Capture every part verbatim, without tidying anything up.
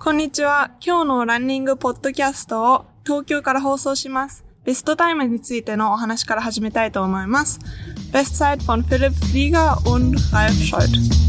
こんにちは。今日のランニングポッドキャストを東京から放送します。ベストタイムについてのお話から始めたいと思います。Bestzeit von Philipp Flieger und Ralf Scholz.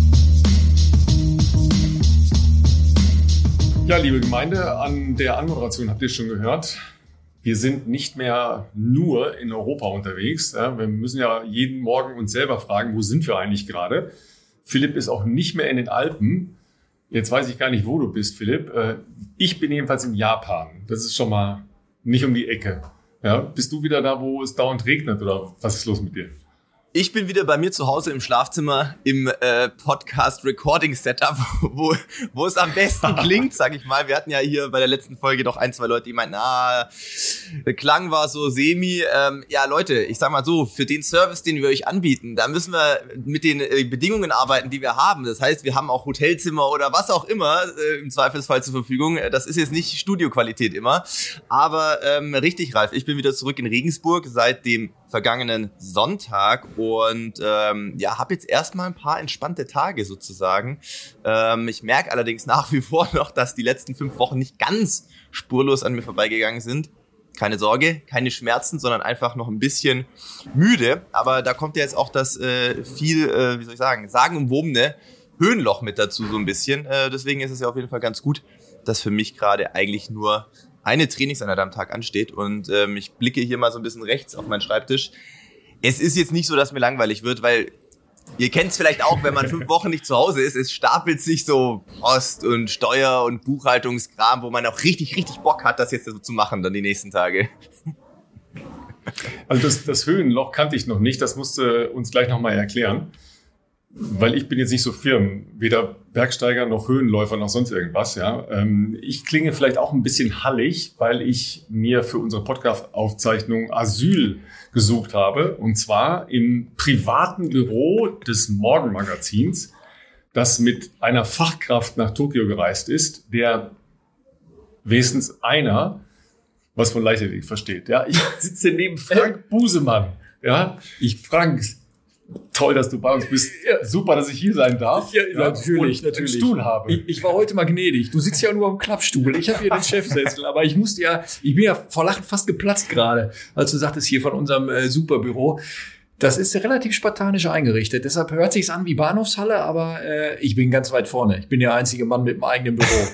Ja, liebe Gemeinde, an der Anmoderation habt ihr schon gehört. Wir sind nicht mehr nur in Europa unterwegs. Ja, wir müssen ja jeden Morgen uns selber fragen, wo sind wir eigentlich gerade? Philipp ist auch nicht mehr in den Alpen. Jetzt weiß ich gar nicht, wo du bist, Philipp. Ich bin jedenfalls in Japan. Das ist schon mal nicht um die Ecke. Ja, bist du wieder da, wo es dauernd regnet oder was ist los mit dir? Ich bin wieder bei mir zu Hause im Schlafzimmer im äh, Podcast-Recording-Setup, wo, wo es am besten klingt, sag ich mal. Wir hatten ja hier bei der letzten Folge noch ein, zwei Leute, die meinten, ah, der Klang war so semi. Ähm, ja, Leute, ich sag mal so, für den Service, den wir euch anbieten, da müssen wir mit den äh, Bedingungen arbeiten, die wir haben. Das heißt, wir haben auch Hotelzimmer oder was auch immer äh, im Zweifelsfall zur Verfügung. Das ist jetzt nicht Studioqualität immer. Aber ähm, richtig, Ralf, ich bin wieder zurück in Regensburg seit dem vergangenen Sonntag und ähm, ja, habe jetzt erstmal ein paar entspannte Tage sozusagen. Ähm, ich merke allerdings nach wie vor noch, dass die letzten fünf Wochen nicht ganz spurlos an mir vorbeigegangen sind. Keine Sorge, keine Schmerzen, sondern einfach noch ein bisschen müde. Aber da kommt ja jetzt auch das äh, viel, äh, wie soll ich sagen, sagenumwobene Höhenloch mit dazu so ein bisschen. Äh, deswegen ist es ja auf jeden Fall ganz gut, dass für mich gerade eigentlich nur eine Trainingseinheit am Tag ansteht und ähm, ich blicke hier mal so ein bisschen rechts auf meinen Schreibtisch. Es ist jetzt nicht so, dass mir langweilig wird, weil ihr kennt es vielleicht auch, wenn man fünf Wochen nicht zu Hause ist, es stapelt sich so Post und Steuer- und Buchhaltungskram, wo man auch richtig, richtig Bock hat, das jetzt so zu machen dann die nächsten Tage. Also das, das Höhenloch kannte ich noch nicht, das musst du uns gleich nochmal erklären. Weil ich bin jetzt nicht so firm, weder Bergsteiger noch Höhenläufer noch sonst irgendwas. Ja, ich klinge vielleicht auch ein bisschen hallig, weil ich mir für unsere Podcast-Aufzeichnung Asyl gesucht habe. Und zwar im privaten Büro des Morgenmagazins, das mit einer Fachkraft nach Tokio gereist ist, der wenigstens einer was von Leichtathletik versteht. Ja, ich sitze neben Frank Busemann. Ja, ich Frank. Toll, dass du bei uns bist. Super, dass ich hier sein darf. Ja, ja natürlich, und natürlich. Einen Stuhl habe. Ich, ich war heute mal gnädig. Du sitzt ja nur am Klappstuhl. Ich habe hier den Chefsessel. Aber ich musste ja, ich bin ja vor Lachen fast geplatzt gerade, als du sagtest hier von unserem äh, Superbüro. Das ist relativ spartanisch eingerichtet. Deshalb hört sich's an wie Bahnhofshalle, aber äh, ich bin ganz weit vorne. Ich bin der einzige Mann mit einem eigenen Büro.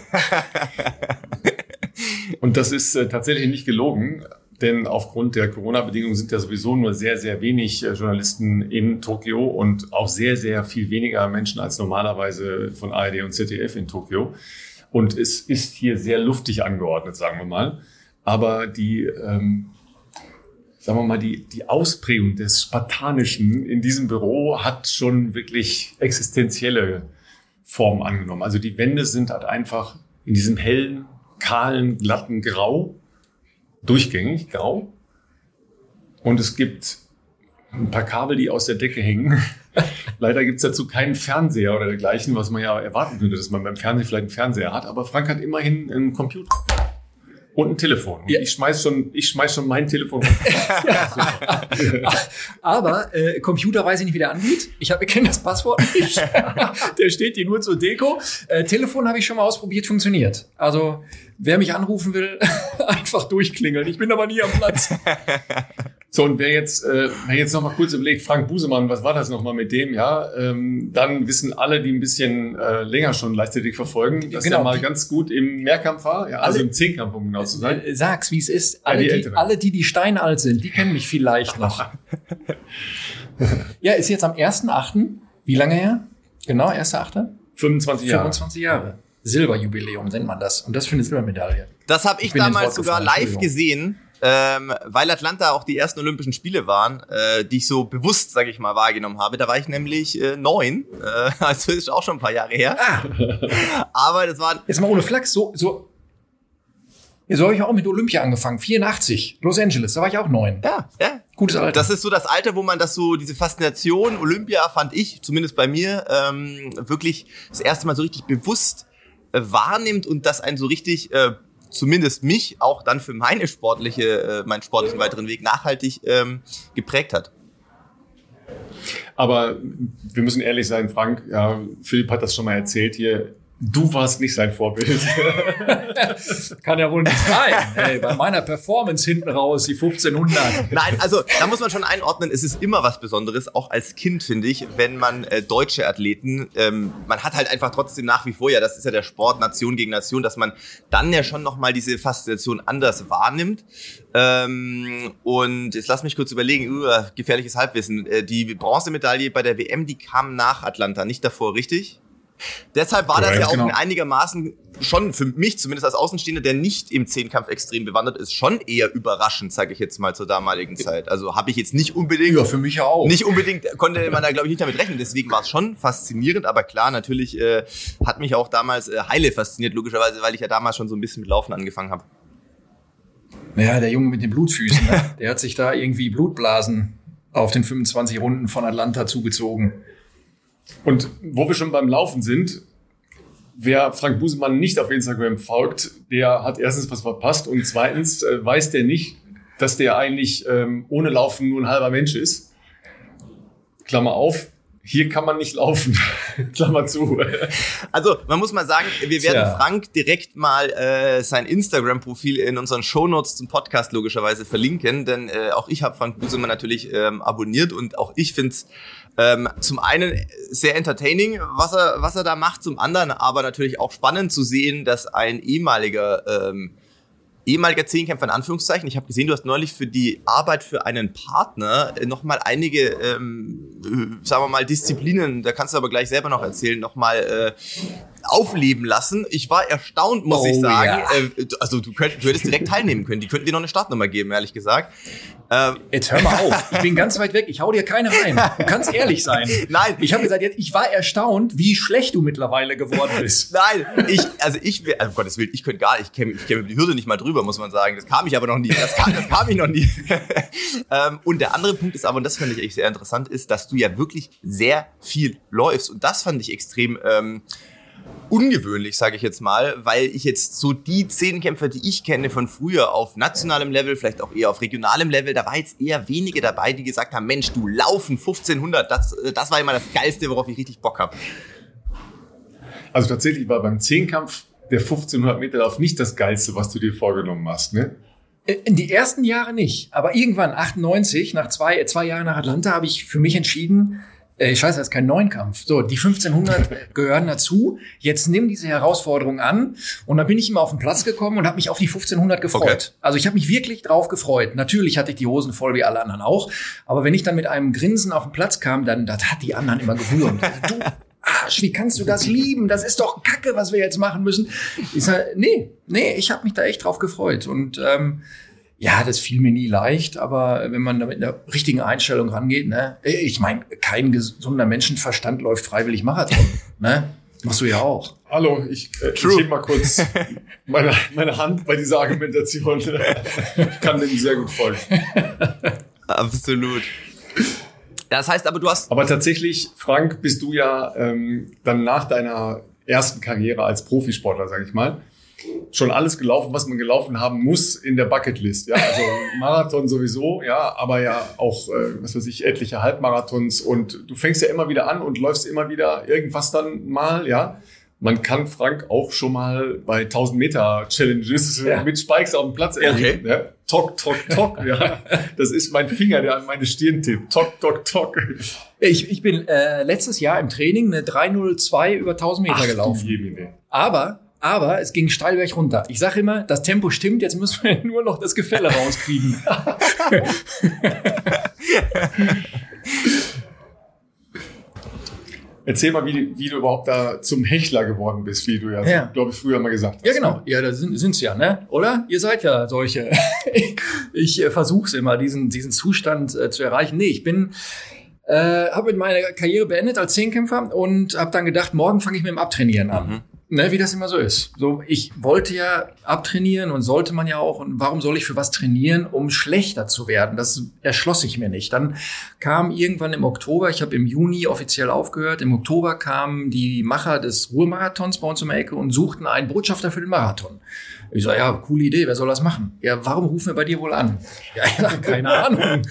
Und das ist äh, tatsächlich nicht gelogen. Denn aufgrund der Corona-Bedingungen sind ja sowieso nur sehr, sehr wenig Journalisten in Tokio und auch sehr, sehr viel weniger Menschen als normalerweise von A R D und Z D F in Tokio. Und es ist hier sehr luftig angeordnet, sagen wir mal. Aber die, ähm, sagen wir mal, die, die Ausprägung des Spartanischen in diesem Büro hat schon wirklich existenzielle Formen angenommen. Also die Wände sind halt einfach in diesem hellen, kahlen, glatten Grau. Durchgängig, grau. Und es gibt ein paar Kabel, die aus der Decke hängen. Leider gibt es dazu keinen Fernseher oder dergleichen, was man ja erwarten könnte, dass man beim Fernsehen vielleicht einen Fernseher hat. Aber Frank hat immerhin einen Computer und ein Telefon. Und ja. ich schmeiß schon, ich schmeiß schon mein Telefon. Ja. Aber äh, Computer weiß ich nicht, wie der angeht. Ich habe kenne das Passwort nicht. Der steht hier nur zur Deko. Äh, Telefon habe ich schon mal ausprobiert, funktioniert. Also wer mich anrufen will, einfach durchklingeln. Ich bin aber nie am Platz. So, und wer jetzt, äh, wer jetzt noch mal kurz überlegt, Frank Busemann, was war das noch mal mit dem? Ja, ähm, dann wissen alle, die ein bisschen äh, länger schon Leichtathletik verfolgen, dass genau, er mal ganz gut im Mehrkampf war, ja, also alle, im Zehnkampf, um genau zu sein. Äh, sag's, wie es ist. Alle, ja, die, die, alle, die die steinalt sind, die kennen mich vielleicht noch. Ja, ist jetzt am ersten achten Wie lange her? Genau, erster achter fünfundzwanzig Jahre. fünfundzwanzig Jahre. Silberjubiläum nennt man das. Und das für eine Silbermedaille. Das habe ich, ich damals sogar live gesehen, ähm, weil Atlanta auch die ersten Olympischen Spiele waren, äh, die ich so bewusst, sage ich mal, wahrgenommen habe. Da war ich nämlich äh, neun. Äh, also ist auch schon ein paar Jahre her. Ah. Aber das war... Jetzt mal ohne Flachs, so... so Ja, so habe ich auch mit Olympia angefangen. vierundachtzig Los Angeles, da war ich auch neun. Ja, ja. Gutes Alter. Das ist so das Alter, wo man das so, diese Faszination Olympia, fand ich, zumindest bei mir, ähm, wirklich das erste Mal so richtig bewusst äh, wahrnimmt und das einen so richtig, äh, zumindest mich, auch dann für meine sportliche, äh, meinen sportlichen weiteren Weg nachhaltig ähm, geprägt hat. Aber wir müssen ehrlich sein, Frank, ja, Philipp hat das schon mal erzählt hier, Du warst nicht sein Vorbild. Kann ja wohl nicht sein. Hey, bei meiner Performance hinten raus, die fünfzehnhundert. Nein, also da muss man schon einordnen, es ist immer was Besonderes, auch als Kind, finde ich, wenn man äh, deutsche Athleten, ähm, man hat halt einfach trotzdem nach wie vor, ja, das ist ja der Sport Nation gegen Nation, dass man dann ja schon nochmal diese Faszination anders wahrnimmt. Ähm, und jetzt lass mich kurz überlegen, uh, gefährliches Halbwissen, äh, die Bronzemedaille bei der W M, die kam nach Atlanta, nicht davor, richtig? Deshalb war das ja auch genau. in einigermaßen schon für mich, zumindest als Außenstehender, der nicht im Zehnkampf extrem bewandert ist, schon eher überraschend, sage ich jetzt mal zur damaligen Zeit. Also habe ich jetzt nicht unbedingt, Ja, für mich ja auch. nicht unbedingt, konnte man da glaube ich nicht damit rechnen. Deswegen war es schon faszinierend, aber klar, natürlich äh, hat mich auch damals äh, Haile fasziniert, logischerweise, weil ich ja damals schon so ein bisschen mit Laufen angefangen habe. Ja, der Junge mit den Blutfüßen, ne? Der hat sich da irgendwie Blutblasen auf den fünfundzwanzig Runden von Atlanta zugezogen. Und wo wir schon beim Laufen sind, wer Frank Busemann nicht auf Instagram folgt, der hat erstens was verpasst und zweitens äh, weiß der nicht, dass der eigentlich ähm, ohne Laufen nur ein halber Mensch ist. Klammer auf, hier kann man nicht laufen. Klammer zu. Also, man muss mal sagen, wir werden Tja. Frank direkt mal äh, sein Instagram-Profil in unseren Shownotes zum Podcast logischerweise verlinken, denn äh, auch ich habe Frank Busemann natürlich ähm, abonniert und auch ich finde es ähm, zum einen sehr entertaining, was er, was er da macht, zum anderen aber natürlich auch spannend zu sehen, dass ein ehemaliger ähm, ehemaliger Zehnkämpfer in Anführungszeichen. Ich habe gesehen, du hast neulich für die Arbeit für einen Partner äh, nochmal einige, ähm, äh, sagen wir mal, Disziplinen, da kannst du aber gleich selber noch erzählen, nochmal äh, aufleben lassen. Ich war erstaunt, muss Oh, ich sagen. ja. Äh, also du, könnt, du hättest direkt teilnehmen können. Die könnten dir noch eine Startnummer geben, ehrlich gesagt. Ähm, Jetzt hör mal auf. Ich bin ganz weit weg. Ich hau dir keine rein. Du kannst ehrlich sein. Nein. Ich habe gesagt, jetzt, ich war erstaunt, wie schlecht du mittlerweile geworden bist. Nein, ich, also ich, also um Gottes Willen, ich könnte gar nicht, ich käme ich käme über die Hürde nicht mal drüber, muss man sagen. Das kam ich aber noch nie. Das kam, das kam ich noch nie. ähm, und der andere Punkt ist aber, und das fand ich echt sehr interessant, ist, dass du ja wirklich sehr viel läufst. Und das fand ich extrem ähm, ungewöhnlich, sage ich jetzt mal, weil ich jetzt so die Zehnkämpfer, die ich kenne von früher auf nationalem Level, vielleicht auch eher auf regionalem Level, da war jetzt eher wenige dabei, die gesagt haben, Mensch, du laufen fünfzehnhundert, das, das war immer das Geilste, worauf ich richtig Bock habe. Also tatsächlich war beim Zehnkampf der fünfzehnhundert Meter Lauf nicht das Geilste, was du dir vorgenommen hast, ne? In die ersten Jahre nicht, aber irgendwann achtundneunzig, nach zwei, zwei Jahren nach Atlanta, habe ich für mich entschieden, äh, scheiße, das ist kein Neunkampf. So, die fünfzehnhundert gehören dazu. Jetzt nimm diese Herausforderung an. Und dann bin ich immer auf den Platz gekommen und habe mich auf die fünfzehnhundert gefreut. Okay. Also ich habe mich wirklich drauf gefreut. Natürlich hatte ich die Hosen voll wie alle anderen auch. Aber wenn ich dann mit einem Grinsen auf den Platz kam, dann das hat die anderen immer gewürmt. Du Arsch, wie kannst du das lieben? Das ist doch Kacke, was wir jetzt machen müssen. Ich sag, nee, nee, ich habe mich da echt drauf gefreut. Und ähm, ja, das fiel mir nie leicht, aber wenn man da mit einer richtigen Einstellung rangeht, ne, ich meine, kein gesunder Menschenverstand läuft freiwillig Marathon, ne? Machst du ja auch. Hallo, ich, äh, ich heb mal kurz meine, meine Hand bei dieser Argumentation. Ich kann dem sehr gut folgen. Absolut. Das heißt aber, du hast... Aber tatsächlich, Frank, bist du ja ähm, dann nach deiner ersten Karriere als Profisportler, sag ich mal, schon alles gelaufen, was man gelaufen haben muss in der Bucketlist. Ja, also Marathon sowieso, ja, aber ja auch, äh, was weiß ich, etliche Halbmarathons. Und du fängst ja immer wieder an und läufst immer wieder irgendwas dann mal, ja. Man kann Frank auch schon mal bei tausend Meter Challenges ja. mit Spikes auf dem Platz erleben. Okay. Ja. Tok, tok, tok. Ja. Das ist mein Finger, der an meine Stirn tippt. Tok, tok, tok. Ich, ich bin äh, letztes Jahr im Training eine drei null zwei über tausend Meter Ach, gelaufen. Du Jemine. Aber, aber es ging steil berg runter. Ich sage immer, das Tempo stimmt, jetzt müssen wir nur noch das Gefälle rauskriegen. Erzähl mal, wie, wie du überhaupt da zum Hechler geworden bist, wie du ja, ja. glaube ich, früher mal gesagt hast. Ja, genau. Ja, da sind sind's ja, ne? Oder? Ihr seid ja solche. ich ich äh, versuche immer, diesen, diesen Zustand äh, zu erreichen. Nee, ich bin, äh, habe meine Karriere beendet als Zehnkämpfer und habe dann gedacht, morgen fange ich mit dem Abtrainieren an. Mhm. Ne, wie das immer so ist. So, ich wollte ja abtrainieren und sollte man ja auch. Und warum soll ich für was trainieren, um schlechter zu werden? Das erschloss sich mir nicht. Dann kam irgendwann im Oktober, ich habe im Juni offiziell aufgehört, im Oktober kamen die Macher des Ruhrmarathons bei uns um die Ecke und suchten einen Botschafter für den Marathon. Ich sage, ja, coole Idee, wer soll das machen? Ja, warum rufen wir bei dir wohl an? Ja, keine Ahnung.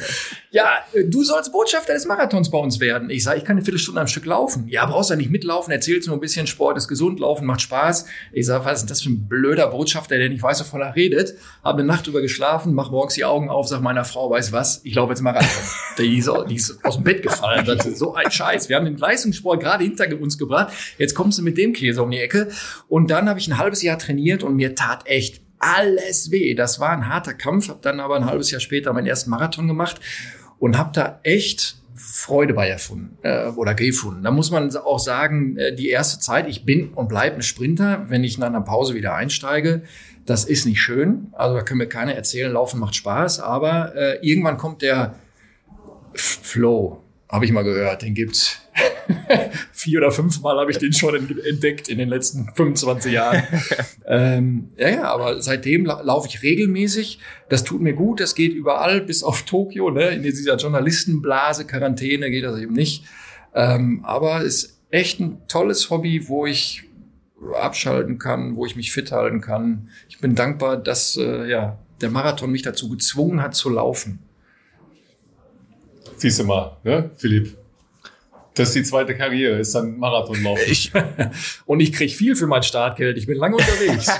Ja, du sollst Botschafter des Marathons bei uns werden. Ich sage, ich kann eine Viertelstunde am Stück laufen. Ja, brauchst ja nicht mitlaufen, erzählst nur ein bisschen, Sport ist gesund, Laufen macht Spaß. Ich sage, was ist das für ein blöder Botschafter, der nicht weiß, wovon er redet. Hab eine Nacht drüber geschlafen, mach morgens die Augen auf, sag meiner Frau, weiß was, ich laufe jetzt Marathon. Die ist, die ist aus dem Bett gefallen. Das ist so ein Scheiß. Wir haben den Leistungssport gerade hinter uns gebracht. Jetzt kommst du mit dem Käse um die Ecke. Und dann habe ich ein halbes Jahr trainiert und mir tat echt alles weh. Das war ein harter Kampf. Habe dann aber ein halbes Jahr später meinen ersten Marathon gemacht. Und habe da echt Freude bei erfunden äh, oder gefunden. Da muss man auch sagen, äh, die erste Zeit, ich bin und bleibe ein Sprinter, wenn ich nach einer Pause wieder einsteige, das ist nicht schön. Also da können mir keiner erzählen, Laufen macht Spaß, aber äh, irgendwann kommt der F- Flow, habe ich mal gehört, den gibt's. Vier oder fünfmal habe ich den schon entdeckt in den letzten fünfundzwanzig Jahren. ähm, ja, ja, aber seitdem la- laufe ich regelmäßig. Das tut mir gut. Das geht überall, bis auf Tokio. Ne? In dieser Journalistenblase, Quarantäne geht das eben nicht. Ähm, aber es ist echt ein tolles Hobby, wo ich abschalten kann, wo ich mich fit halten kann. Ich bin dankbar, dass äh, ja, der Marathon mich dazu gezwungen hat, zu laufen. Siehst du mal, ne, Philipp? Das ist die zweite Karriere, ist dann Marathonlauf. Ich, und ich kriege viel für mein Startgeld. Ich bin lange unterwegs.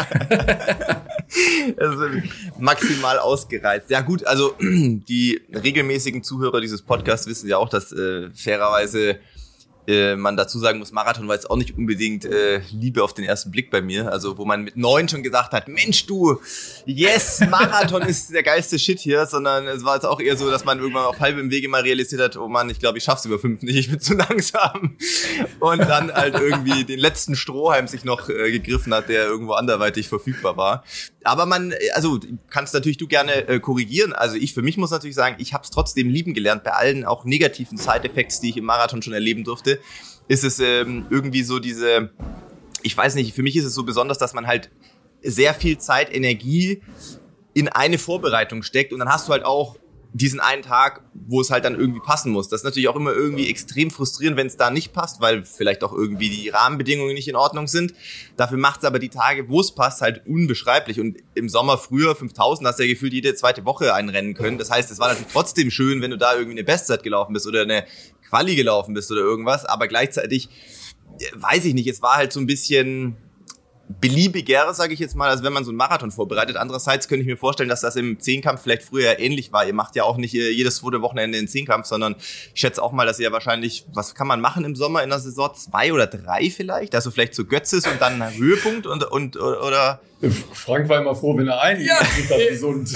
Also maximal ausgereizt. Ja gut, also die regelmäßigen Zuhörer dieses Podcasts wissen ja auch, dass äh, fairerweise äh, man dazu sagen muss, Marathon war jetzt auch nicht unbedingt äh, Liebe auf den ersten Blick bei mir. Also wo man mit neun schon gesagt hat, Mensch du, yes, Marathon ist der geilste Shit hier, sondern es war jetzt auch eher so, dass man irgendwann auf halbem Wege mal realisiert hat, oh Mann, ich glaube, ich schaff's über fünf nicht, ich bin zu langsam. Und dann halt irgendwie den letzten Strohhalm sich noch äh, gegriffen hat, der irgendwo anderweitig verfügbar war. Aber man, also kannst natürlich du gerne äh, korrigieren. Also ich für mich muss natürlich sagen, ich habe es trotzdem lieben gelernt, bei allen auch negativen Side-Effects, die ich im Marathon schon erleben durfte, ist es ähm, irgendwie so diese, ich weiß nicht, für mich ist es so besonders, dass man halt sehr viel Zeit, Energie in eine Vorbereitung steckt und dann hast du halt auch diesen einen Tag, wo es halt dann irgendwie passen muss. Das ist natürlich auch immer irgendwie extrem frustrierend, wenn es da nicht passt, weil vielleicht auch irgendwie die Rahmenbedingungen nicht in Ordnung sind. Dafür macht es aber die Tage, wo es passt, halt unbeschreiblich. Und im Sommer früher, fünftausend, hast du ja gefühlt jede zweite Woche einrennen können. Das heißt, es war natürlich trotzdem schön, wenn du da irgendwie eine Bestzeit gelaufen bist oder eine Quali gelaufen bist oder irgendwas. Aber gleichzeitig, weiß ich nicht, es war halt so ein bisschen beliebiger, sage ich jetzt mal, als wenn man so einen Marathon vorbereitet. Andererseits könnte ich mir vorstellen, dass das im Zehnkampf vielleicht früher ähnlich war. Ihr macht ja auch nicht jedes zweite Wochenende einen Zehnkampf, sondern ich schätze auch mal, dass ihr ja wahrscheinlich, was kann man machen im Sommer in der Saison? Zwei oder drei vielleicht? Also vielleicht so Götzes und dann ein Höhepunkt und, und oder... Frank war immer froh, wenn er einen ja. gesund.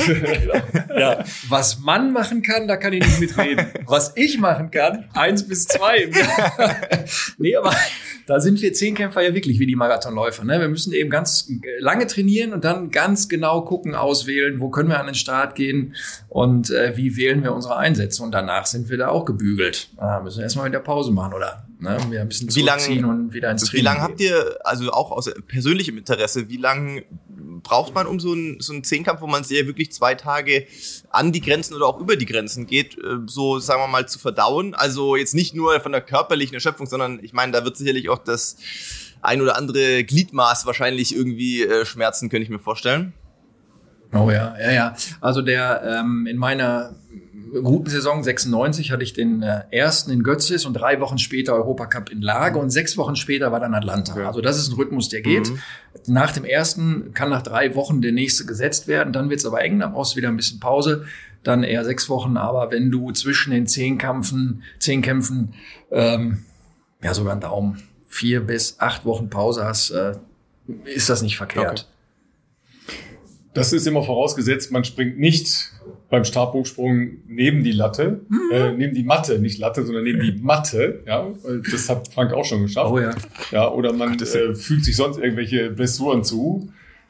Ja, was man machen kann, da kann ich nicht mitreden. Was ich machen kann, eins bis zwei im Jahr. Nee, aber da sind wir Zehnkämpfer ja wirklich wie die Marathonläufer. Ne? Wir müssen eben ganz lange trainieren und dann ganz genau gucken, auswählen, wo können wir an den Start gehen und äh, wie wählen wir unsere Einsätze. Und danach sind wir da auch gebügelt. Da müssen wir erstmal wieder Pause machen oder ne, wir ein bisschen zurückziehen und wieder ins Training Wie lange habt ihr, also auch aus persönlichem Interesse, wie lange braucht man um so einen, so einen Zehnkampf, wo man sehr wirklich zwei Tage an die Grenzen oder auch über die Grenzen geht, so sagen wir mal zu verdauen? Also jetzt nicht nur von der körperlichen Erschöpfung, sondern ich meine, da wird sicherlich auch das ein oder andere Gliedmaß wahrscheinlich irgendwie äh, schmerzen, könnte ich mir vorstellen. Oh ja, ja, ja. Also der ähm, in meiner guten Saison sechsundneunzig hatte ich den äh, ersten in Götzis und drei Wochen später Europacup in Lage und sechs Wochen später war dann Atlanta. Okay. Also das ist ein Rhythmus, der geht. Mhm. Nach dem ersten kann nach drei Wochen der nächste gesetzt werden, dann wird's aber eng, dann brauchst du wieder ein bisschen Pause, dann eher sechs Wochen. Aber wenn du zwischen den zehn Kämpfen, zehn Kämpfen, ähm, ja sogar einen Daumen, vier bis acht Wochen Pause hast, äh, ist das nicht verkehrt. Okay. Das ist immer vorausgesetzt, man springt nicht beim Stabhochsprung neben die Latte, mhm. äh, neben die Matte, nicht Latte, sondern neben die Matte. Ja, das hat Frank auch schon geschafft. Oh ja. Ja, oder man äh, fügt sich sonst irgendwelche Blessuren zu.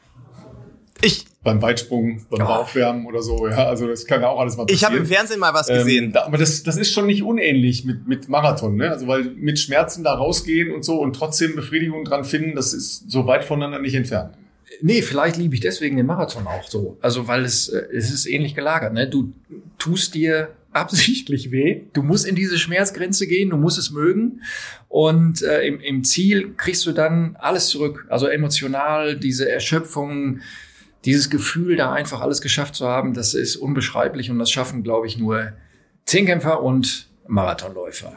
Ich beim Weitsprung, beim oh. Aufwärmen oder so. Ja, also das kann ja auch alles mal passieren. Ich habe im Fernsehen mal was gesehen. Ähm, da, aber das, das ist schon nicht unähnlich mit mit Marathon, ne? Also weil mit Schmerzen da rausgehen und so und trotzdem Befriedigung dran finden, das ist so weit voneinander nicht entfernt. Nee, vielleicht liebe ich deswegen den Marathon auch so. Also, weil es, es ist ähnlich gelagert, ne? Du tust dir absichtlich weh. Du musst in diese Schmerzgrenze gehen, du musst es mögen. Und äh, im, im Ziel kriegst du dann alles zurück. Also emotional, diese Erschöpfung, dieses Gefühl, da einfach alles geschafft zu haben, das ist unbeschreiblich. Und das schaffen, glaube ich, nur Zehnkämpfer und Marathonläufer.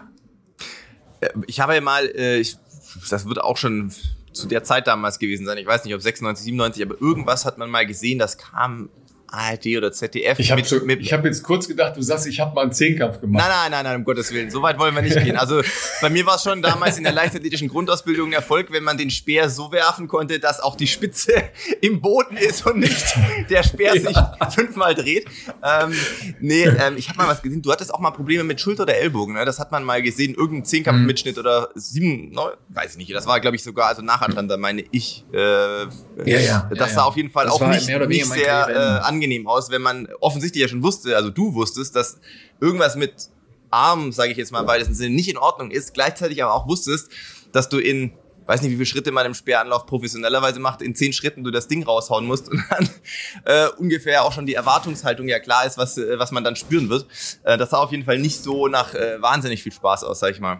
Ich habe ja mal, äh, ich, das wird auch schon zu der Zeit damals gewesen sein, ich weiß nicht, ob sechsundneunzig, siebenundneunzig, aber irgendwas hat man mal gesehen, das kam A R D oder Z D F. Ich habe hab jetzt kurz gedacht, du sagst, ich habe mal einen Zehnkampf gemacht. Nein, nein, nein, nein, um Gottes Willen. So weit wollen wir nicht gehen. Also bei mir war es schon damals in der leichtathletischen Grundausbildung ein Erfolg, wenn man den Speer so werfen konnte, dass auch die Spitze im Boden ist und nicht der Speer sich ja. fünfmal dreht. Ähm, nee, ähm, ich habe mal was gesehen. Du hattest auch mal Probleme mit Schulter oder Ellbogen. Ne? Das hat man mal gesehen. Irgendein Zehnkampfmitschnitt oder sieben, neun, weiß ich nicht. Das war, glaube ich, sogar, also nach Atlanta meine ich. Äh, ja, ja. Das ja, sah ja. auf jeden Fall das auch nicht, nicht sehr äh, angenehm aus, wenn man offensichtlich ja schon wusste, also du wusstest, dass irgendwas mit Arm, sage ich jetzt mal im weitesten Sinne, nicht in Ordnung ist, gleichzeitig aber auch wusstest, dass du in, weiß nicht, wie viele Schritte man im Speeranlauf professionellerweise macht, in zehn Schritten du das Ding raushauen musst und dann äh, ungefähr auch schon die Erwartungshaltung ja klar ist, was, äh, was man dann spüren wird. Äh, das sah auf jeden Fall nicht so nach äh, wahnsinnig viel Spaß aus, sag ich mal.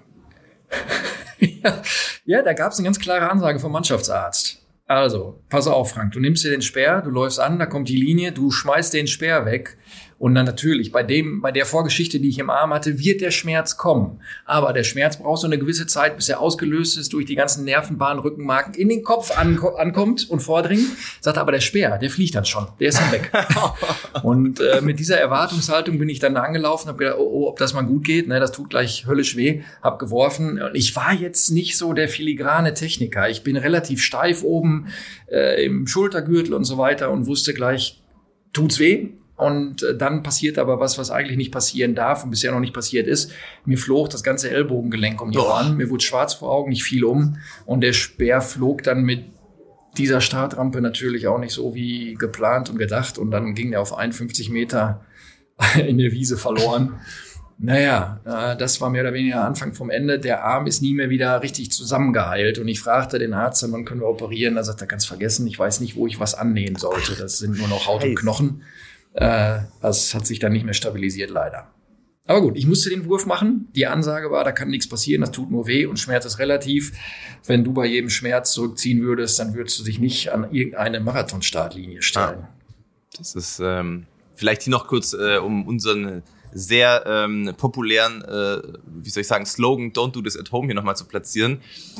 ja, ja, da gab es eine ganz klare Ansage vom Mannschaftsarzt. Also, pass auf, Frank, du nimmst dir den Speer, du läufst an, da kommt die Linie, du schmeißt den Speer weg und dann natürlich, bei dem, bei der Vorgeschichte, die ich im Arm hatte, wird der Schmerz kommen. Aber der Schmerz braucht so eine gewisse Zeit, bis er ausgelöst ist, durch die ganzen Nervenbahnen, Rückenmarken in den Kopf anko- ankommt und vordringt. Sagt aber der Speer, der fliegt dann schon, der ist dann weg. Und äh, mit dieser Erwartungshaltung bin ich dann angelaufen, habe gedacht, oh, oh, ob das mal gut geht, ne, das tut gleich höllisch weh, hab geworfen. Und ich war jetzt nicht so der filigrane Techniker. Ich bin relativ steif oben äh, im Schultergürtel und so weiter und wusste gleich, tut's weh. Und äh, dann passiert aber was, was eigentlich nicht passieren darf und bisher noch nicht passiert ist. Mir flog das ganze Ellbogengelenk um die Ohren, mir wurde schwarz vor Augen, ich fiel um und der Speer flog dann mit dieser Startrampe natürlich auch nicht so wie geplant und gedacht und dann ging er auf einundfünfzig Meter in der Wiese verloren. Naja, äh, das war mehr oder weniger Anfang vom Ende. Der Arm ist nie mehr wieder richtig zusammengeheilt. Und ich fragte den Arzt, dann, wann können wir operieren? Da sagt er, ganz vergessen, ich weiß nicht, wo ich was annähen sollte. Das sind nur noch Haut und Knochen. Äh, das hat sich dann nicht mehr stabilisiert, leider. Aber gut, ich musste den Wurf machen. Die Ansage war, da kann nichts passieren, das tut nur weh und Schmerz ist relativ. Wenn du bei jedem Schmerz zurückziehen würdest, dann würdest du dich nicht an irgendeine Marathonstartlinie stellen. Ah, das ist ähm, vielleicht hier noch kurz, äh, um unseren sehr ähm, populären, äh, wie soll ich sagen, Slogan Don't do this at home hier nochmal zu platzieren.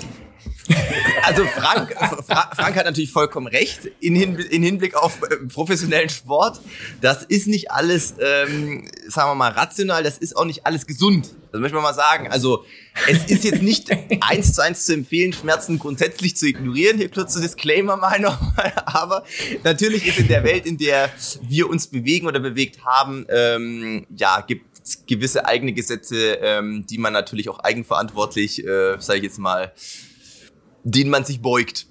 Also Frank, Fra- Frank hat natürlich vollkommen recht in, Hin- in Hinblick auf äh, professionellen Sport. Das ist nicht alles, ähm, sagen wir mal, rational, das ist auch nicht alles gesund. Das möchte man mal sagen. Also es ist jetzt nicht eins zu eins zu empfehlen, Schmerzen grundsätzlich zu ignorieren. Hier kurz zu Disclaimer mal nochmal. Aber natürlich ist in der Welt, in der wir uns bewegen oder bewegt haben, ähm, ja, gibt es gewisse eigene Gesetze, ähm, die man natürlich auch eigenverantwortlich, äh, sage ich jetzt mal, denen man sich beugt.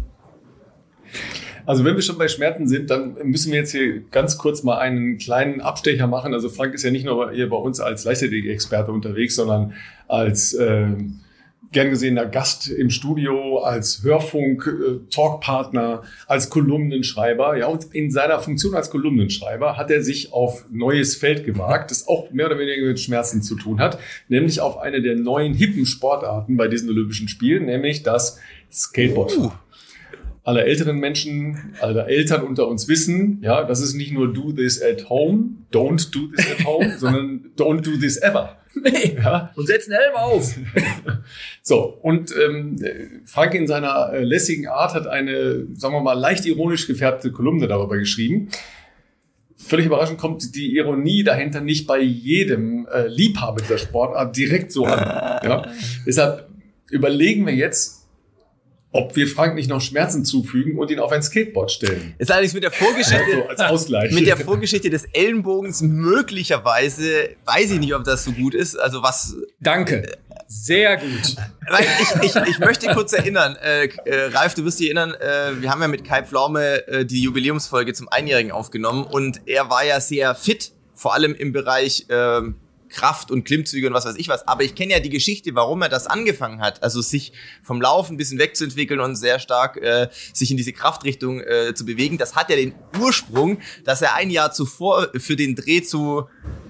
Also wenn wir schon bei Schmerzen sind, dann müssen wir jetzt hier ganz kurz mal einen kleinen Abstecher machen. Also Frank ist ja nicht nur hier bei uns als Leichtathletik-Experte unterwegs, sondern als äh, gern gesehener Gast im Studio, als Hörfunk-Talkpartner, als Kolumnenschreiber. Ja, und in seiner Funktion als Kolumnenschreiber hat er sich auf neues Feld gewagt, das auch mehr oder weniger mit Schmerzen zu tun hat, nämlich auf eine der neuen hippen Sportarten bei diesen Olympischen Spielen, nämlich das Skateboard. Uh. Alle älteren Menschen, alle Eltern unter uns wissen, ja, das ist nicht nur do this at home, don't do this at home, sondern don't do this ever. Nee, ja. Und setz einen Helm auf. So, und ähm, Frank in seiner äh, lässigen Art hat eine, sagen wir mal, leicht ironisch gefärbte Kolumne darüber geschrieben. Völlig überraschend kommt die Ironie dahinter nicht bei jedem äh, Liebhaber der Sportart direkt so an. Ja? Deshalb überlegen wir jetzt, ob wir Frank nicht noch Schmerzen zufügen und ihn auf ein Skateboard stellen. Ist allerdings mit der Vorgeschichte, also als Ausgleich. Mit der Vorgeschichte des Ellenbogens möglicherweise, weiß ich nicht, ob das so gut ist. Also was? Danke. Sehr gut. Ich, ich, ich möchte kurz erinnern, äh, äh, Ralf, du wirst dich erinnern, äh, wir haben ja mit Kai Pflaume äh, die Jubiläumsfolge zum Einjährigen aufgenommen und er war ja sehr fit, vor allem im Bereich äh, Kraft und Klimmzüge und was weiß ich was. Aber ich kenne ja die Geschichte, warum er das angefangen hat. Also sich vom Laufen ein bisschen wegzuentwickeln und sehr stark äh, sich in diese Kraftrichtung äh, zu bewegen. Das hat ja den Ursprung, dass er ein Jahr zuvor für den Dreh zu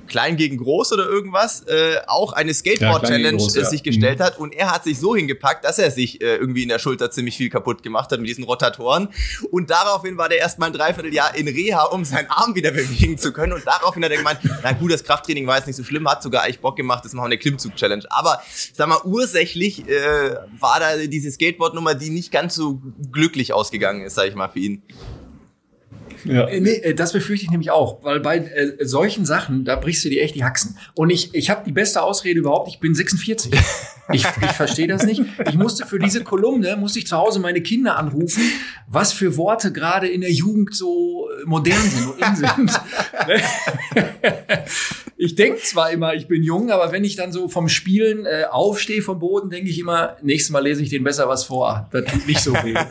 Klein gegen Groß oder irgendwas, äh, auch eine Skateboard-Challenge ja, äh, ja. sich gestellt hat. Und er hat sich so hingepackt, dass er sich äh, irgendwie in der Schulter ziemlich viel kaputt gemacht hat mit diesen Rotatoren. Und daraufhin war der erst mal ein Dreivierteljahr in Reha, um seinen Arm wieder bewegen zu können. Und daraufhin hat er gemeint, na gut, das Krafttraining war jetzt nicht so schlimm, hat sogar eigentlich Bock gemacht, das machen wir eine Klimmzug-Challenge. Aber, sag mal, ursächlich äh, war da diese Skateboard-Nummer, die nicht ganz so glücklich ausgegangen ist, sag ich mal, für ihn. Ja. Nee, das befürchte ich nämlich auch, weil bei äh, solchen Sachen, da brichst du dir echt die Haxen. Und ich, ich habe die beste Ausrede überhaupt, ich bin sechsundvierzig. Ich, ich verstehe das nicht. Ich musste für diese Kolumne, musste ich zu Hause meine Kinder anrufen, was für Worte gerade in der Jugend so modern sind und in sind. Ich denke zwar immer, ich bin jung, aber wenn ich dann so vom Spielen äh, aufstehe vom Boden, denke ich immer, nächstes Mal lese ich denen besser was vor. Das tut nicht so weh.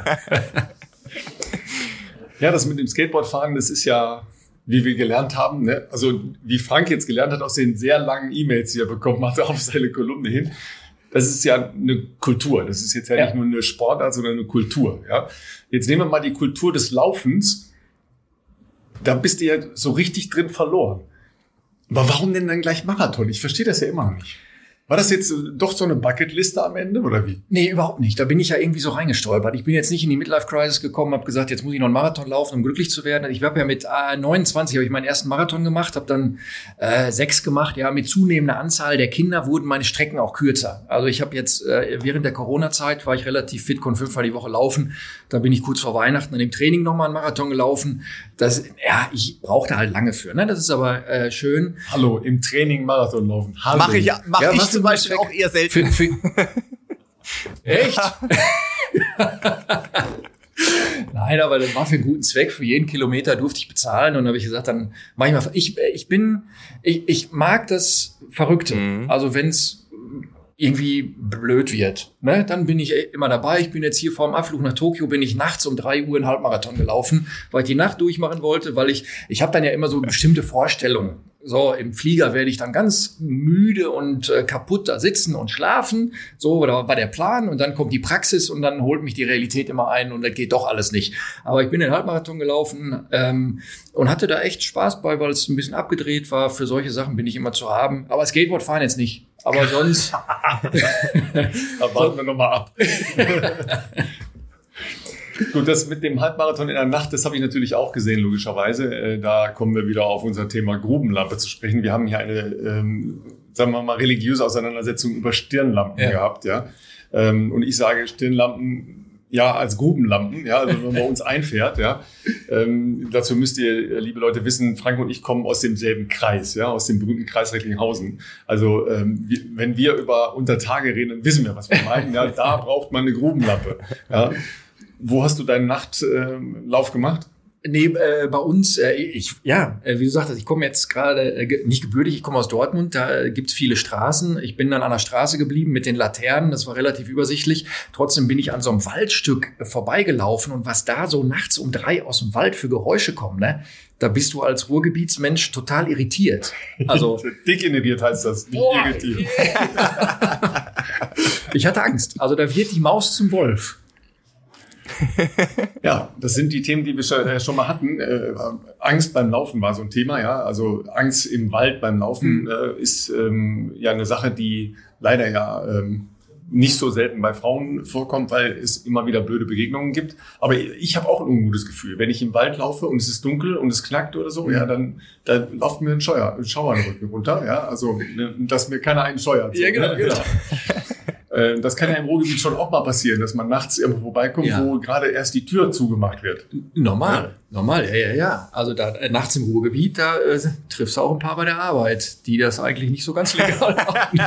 Ja, das mit dem Skateboardfahren, das ist ja, wie wir gelernt haben, ne? Also wie Frank jetzt gelernt hat aus den sehr langen E-Mails, die er bekommen hat auf seine Kolumne hin, das ist ja eine Kultur. Das ist jetzt ja, ja nicht nur eine Sportart, sondern eine Kultur. Ja? Jetzt nehmen wir mal die Kultur des Laufens. Da bist du ja so richtig drin verloren. Aber warum denn dann gleich Marathon? Ich verstehe das ja immer noch nicht. War das jetzt doch so eine Bucketliste am Ende, oder wie? Nee, überhaupt nicht. Da bin ich ja irgendwie so reingestolpert. Ich bin jetzt nicht in die Midlife-Crisis gekommen, habe gesagt, jetzt muss ich noch einen Marathon laufen, um glücklich zu werden. Ich habe ja mit äh, neunundzwanzig habe ich meinen ersten Marathon gemacht, habe dann äh, sechs gemacht. Ja, mit zunehmender Anzahl der Kinder wurden meine Strecken auch kürzer. Also ich habe jetzt, äh, während der Corona-Zeit war ich relativ fit, konnte fünfmal die Woche laufen. Da bin ich kurz vor Weihnachten an dem Training nochmal einen Marathon gelaufen. Das, ja, ich brauchte halt lange für. Ne? Das ist aber äh, schön. Hallo, im Training Marathon laufen. Hallo. Mach ich, mach ja, ich zum Beispiel auch eher selten. Für, für Echt? Nein, aber das war für einen guten Zweck. Für jeden Kilometer durfte ich bezahlen. Und dann habe ich gesagt, dann mach ich mal. Ich, ich bin, ich, ich mag das Verrückte. Mhm. Also wenn es irgendwie blöd wird, ne, dann bin ich immer dabei. Ich bin jetzt hier vor dem Abflug nach Tokio, bin ich nachts um drei Uhr einen Halbmarathon gelaufen, weil ich die Nacht durchmachen wollte, weil ich, ich habe dann ja immer so bestimmte Vorstellungen. So, im Flieger werde ich dann ganz müde und äh, kaputt da sitzen und schlafen. So, da war der Plan und dann kommt die Praxis und dann holt mich die Realität immer ein und das geht doch alles nicht. Aber ich bin den Halbmarathon gelaufen ähm, und hatte da echt Spaß bei, weil es ein bisschen abgedreht war. Für solche Sachen bin ich immer zu haben. Aber Skateboard fahren jetzt nicht. Aber sonst... Da warten wir nochmal ab. Gut, das mit dem Halbmarathon in der Nacht, das habe ich natürlich auch gesehen, logischerweise. Da kommen wir wieder auf unser Thema Grubenlampe zu sprechen. Wir haben hier eine, ähm, sagen wir mal, religiöse Auseinandersetzung über Stirnlampen ja. gehabt. Ja. Ähm, und ich sage Stirnlampen ja als Grubenlampen, ja, also wenn man bei uns einfährt. Ja. Ähm, dazu müsst ihr, liebe Leute, wissen, Frank und ich kommen aus demselben Kreis, ja, aus dem berühmten Kreis Recklinghausen. Also ähm, wir, wenn wir über Untertage reden, dann wissen wir, was wir meinen. Ja. Da braucht man eine Grubenlampe. Ja. Wo hast du deinen Nachtlauf äh, gemacht? Nee, äh, bei uns, äh, ich, ja, äh, wie du sagtest, ich komme jetzt gerade, äh, nicht gebürtig, ich komme aus Dortmund, da äh, gibt's viele Straßen. Ich bin dann an der Straße geblieben mit den Laternen, das war relativ übersichtlich. Trotzdem bin ich an so einem Waldstück äh, vorbeigelaufen und was da so nachts um drei aus dem Wald für Geräusche kommen, ne? Da bist du als Ruhrgebietsmensch total irritiert. Also dick inhibiert heißt das, nicht boah, irritiert. Ich hatte Angst. Also da wird die Maus zum Wolf. Ja, das sind die Themen, die wir schon mal hatten. Äh, Angst beim Laufen war so ein Thema, ja. Also Angst im Wald beim Laufen mhm. äh, ist ähm, ja eine Sache, die leider ja ähm, nicht so selten bei Frauen vorkommt, weil es immer wieder blöde Begegnungen gibt. Aber ich habe auch ein ungutes Gefühl. Wenn ich im Wald laufe und es ist dunkel und es knackt oder so, mhm. ja, dann, dann läuft mir ein Scheuer, ein Schauer in den Rücken runter, ja. Also, dass mir keiner einen scheuert. So, ja, genau, ne? genau. Das kann ja im Ruhrgebiet schon auch mal passieren, dass man nachts irgendwo vorbeikommt, ja. wo gerade erst die Tür zugemacht wird. Normal, ja. normal, ja, ja, ja. Also da äh, nachts im Ruhrgebiet, da äh, triffst du auch ein paar bei der Arbeit, die das eigentlich nicht so ganz legal machen.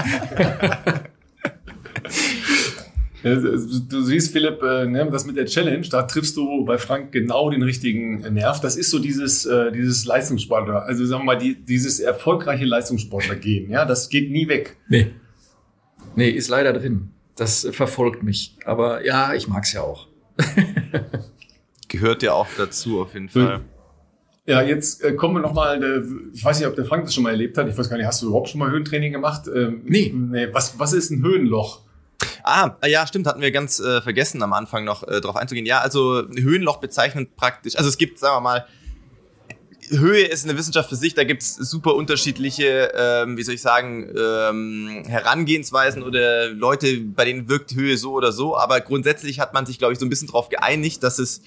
Du siehst, Philipp, äh, das mit der Challenge, da triffst du bei Frank genau den richtigen Nerv. Das ist so dieses, äh, dieses Leistungssportler, also sagen wir mal, die, dieses erfolgreiche Leistungssportler-Gehen. Ja, das geht nie weg. Nee. Nee, ist leider drin. Das verfolgt mich. Aber ja, ich mag's ja auch. Gehört ja auch dazu, auf jeden Fall. Ja, jetzt äh, kommen wir nochmal, äh, ich weiß nicht, ob der Frank das schon mal erlebt hat. Ich weiß gar nicht, hast du überhaupt schon mal Höhentraining gemacht? Ähm, nee. nee. Was, was ist ein Höhenloch? Ah, ja, stimmt, hatten wir ganz äh, vergessen am Anfang noch äh, drauf einzugehen. Ja, also Höhenloch bezeichnet praktisch, also es gibt, sagen wir mal, Höhe ist eine Wissenschaft für sich, da gibt's super unterschiedliche, ähm, wie soll ich sagen, ähm, Herangehensweisen oder Leute, bei denen wirkt Höhe so oder so, aber grundsätzlich hat man sich, glaube ich, so ein bisschen darauf geeinigt, dass es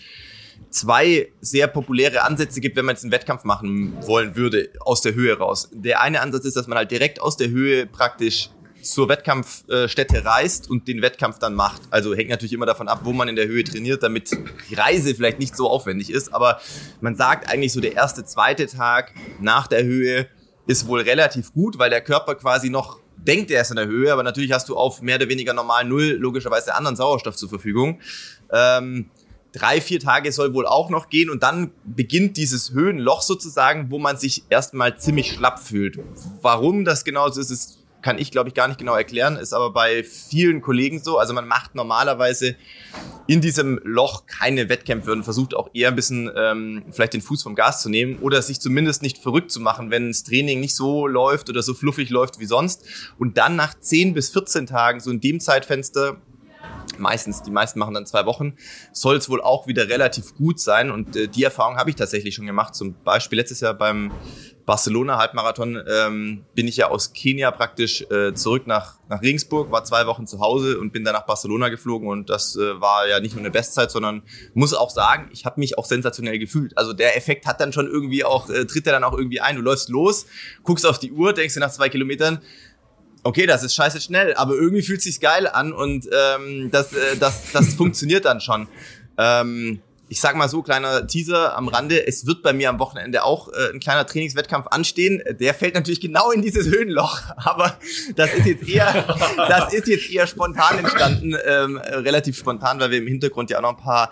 zwei sehr populäre Ansätze gibt, wenn man jetzt einen Wettkampf machen wollen würde, aus der Höhe raus. Der eine Ansatz ist, dass man halt direkt aus der Höhe praktisch zur Wettkampfstätte reist und den Wettkampf dann macht. Also hängt natürlich immer davon ab, wo man in der Höhe trainiert, damit die Reise vielleicht nicht so aufwendig ist. Aber man sagt eigentlich so, der erste, zweite Tag nach der Höhe ist wohl relativ gut, weil der Körper quasi noch denkt, er ist in der Höhe, aber natürlich hast du auf mehr oder weniger normal Null logischerweise anderen Sauerstoff zur Verfügung. Ähm, drei, vier Tage soll wohl auch noch gehen und dann beginnt dieses Höhenloch sozusagen, wo man sich erstmal ziemlich schlapp fühlt. Warum das genau so ist, ist kann ich, glaube ich, gar nicht genau erklären, ist aber bei vielen Kollegen so. Also man macht normalerweise in diesem Loch keine Wettkämpfe und versucht auch eher ein bisschen ähm, vielleicht den Fuß vom Gas zu nehmen oder sich zumindest nicht verrückt zu machen, wenn das Training nicht so läuft oder so fluffig läuft wie sonst. Und dann nach zehn bis vierzehn Tagen, so in dem Zeitfenster, meistens, die meisten machen dann zwei Wochen, soll es wohl auch wieder relativ gut sein. Und äh, die Erfahrung habe ich tatsächlich schon gemacht. Zum Beispiel letztes Jahr beim Barcelona-Halbmarathon ähm, bin ich ja aus Kenia praktisch äh, zurück nach, nach Regensburg, war zwei Wochen zu Hause und bin dann nach Barcelona geflogen und das äh, war ja nicht nur eine Bestzeit, sondern muss auch sagen, ich habe mich auch sensationell gefühlt. Also der Effekt hat dann schon irgendwie auch, äh, tritt er dann auch irgendwie ein. Du läufst los, guckst auf die Uhr, denkst dir nach zwei Kilometern, okay, das ist scheiße schnell, aber irgendwie fühlt es sich geil an und ähm, das, äh, das, das funktioniert dann schon. Ähm, Ich sag mal so, kleiner Teaser am Rande, es wird bei mir am Wochenende auch äh, ein kleiner Trainingswettkampf anstehen. Der fällt natürlich genau in dieses Höhenloch, aber das ist jetzt eher, das ist jetzt eher spontan entstanden, ähm, relativ spontan, weil wir im Hintergrund ja auch noch ein paar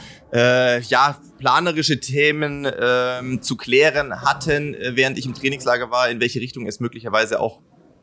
äh, ja, planerische Themen ähm, zu klären hatten, äh, während ich im Trainingslager war, in welche Richtung es möglicherweise auch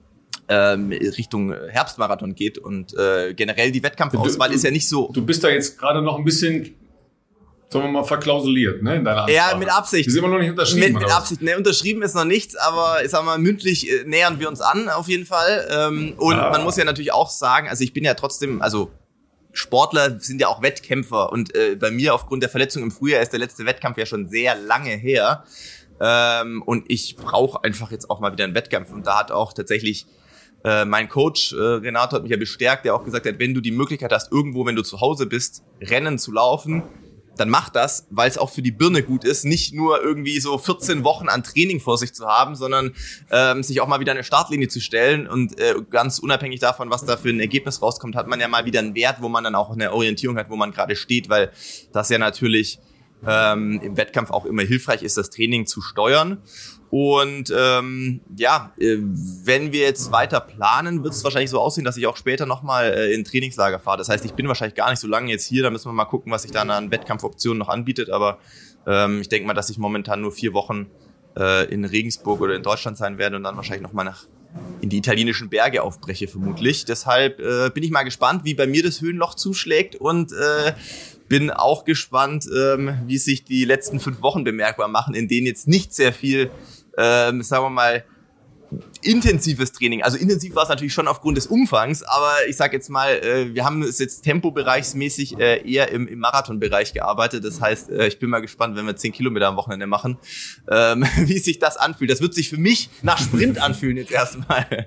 ähm, Richtung Herbstmarathon geht und äh, generell die Wettkampfauswahl du, du, ist ja nicht so. Du bist da jetzt gerade noch ein bisschen, sagen wir mal, verklausuliert, ne, in deiner Ansprache. Ja, mit Absicht. Die sind immer noch nicht unterschrieben. Mit, mit Absicht. Ne, unterschrieben ist noch nichts, aber ich sag mal, mündlich äh, nähern wir uns an, auf jeden Fall. Ähm, und ja. Man muss ja natürlich auch sagen, also ich bin ja trotzdem, also Sportler sind ja auch Wettkämpfer und äh, bei mir aufgrund der Verletzung im Frühjahr ist der letzte Wettkampf ja schon sehr lange her. Ähm, und ich brauche einfach jetzt auch mal wieder einen Wettkampf. Und da hat auch tatsächlich äh, mein Coach, äh, Renato, hat mich ja bestärkt, der auch gesagt hat, wenn du die Möglichkeit hast, irgendwo, wenn du zu Hause bist, Rennen zu laufen, dann mach das, weil es auch für die Birne gut ist, nicht nur irgendwie so vierzehn Wochen an Training vor sich zu haben, sondern ähm, sich auch mal wieder eine Startlinie zu stellen und äh, ganz unabhängig davon, was da für ein Ergebnis rauskommt, hat man ja mal wieder einen Wert, wo man dann auch eine Orientierung hat, wo man gerade steht, weil das ja natürlich ähm, im Wettkampf auch immer hilfreich ist, das Training zu steuern. Und ähm, ja, äh, wenn wir jetzt weiter planen, wird es wahrscheinlich so aussehen, dass ich auch später nochmal äh, in Trainingslager fahre. Das heißt, ich bin wahrscheinlich gar nicht so lange jetzt hier. Da müssen wir mal gucken, was sich da an Wettkampfoptionen noch anbietet. Aber ähm, ich denke mal, dass ich momentan nur vier Wochen äh, in Regensburg oder in Deutschland sein werde und dann wahrscheinlich nochmal nach in die italienischen Berge aufbreche vermutlich. Deshalb äh, bin ich mal gespannt, wie bei mir das Höhenloch zuschlägt und äh, bin auch gespannt, ähm, wie sich die letzten fünf Wochen bemerkbar machen, in denen jetzt nicht sehr viel Ähm, sagen wir mal, intensives Training. Also intensiv war es natürlich schon aufgrund des Umfangs, aber ich sag jetzt mal, äh, wir haben es jetzt tempobereichsmäßig äh, eher im, im Marathonbereich gearbeitet. Das heißt, äh, ich bin mal gespannt, wenn wir zehn Kilometer am Wochenende machen, ähm, wie sich das anfühlt. Das wird sich für mich nach Sprint anfühlen jetzt erstmal.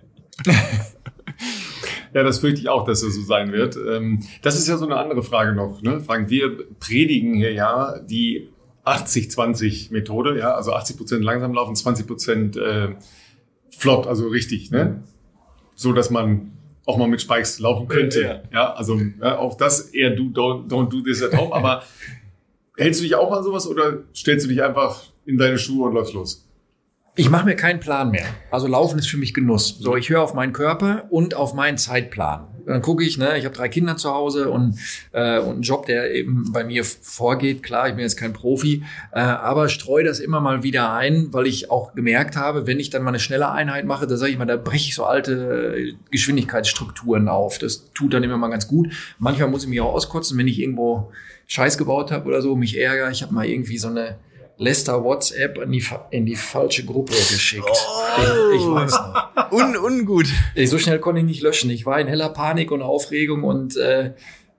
Ja, das fürchte ich auch, dass es so sein wird. Ähm, das ist ja so eine andere Frage noch, ne? Frank, wir predigen hier ja die achtzig zwanzig Methode, ja, also achtzig Prozent langsam laufen, zwanzig Prozent äh, flott, also richtig, ne? So, dass man auch mal mit Spikes laufen könnte. Ja, ja also ja, auch das eher du don't, don't do this at home, aber hältst du dich auch an sowas oder stellst du dich einfach in deine Schuhe und läufst los? Ich mache mir keinen Plan mehr. Also Laufen ist für mich Genuss. So, ich höre auf meinen Körper und auf meinen Zeitplan. Dann gucke ich, ne, ich habe drei Kinder zu Hause und, äh, und einen Job, der eben bei mir vorgeht. Klar, ich bin jetzt kein Profi, äh, aber streue das immer mal wieder ein, weil ich auch gemerkt habe, wenn ich dann mal eine schnelle Einheit mache, da sage ich mal, da breche ich so alte Geschwindigkeitsstrukturen auf. Das tut dann immer mal ganz gut. Manchmal muss ich mich auch auskotzen, wenn ich irgendwo Scheiß gebaut habe oder so, mich ärgere. Ich habe mal irgendwie so eine Lester WhatsApp in die, in die falsche Gruppe geschickt. Oh. Ich, ich weiß noch. Un, ungut. Ich, so schnell konnte ich nicht löschen. Ich war in heller Panik und Aufregung und äh,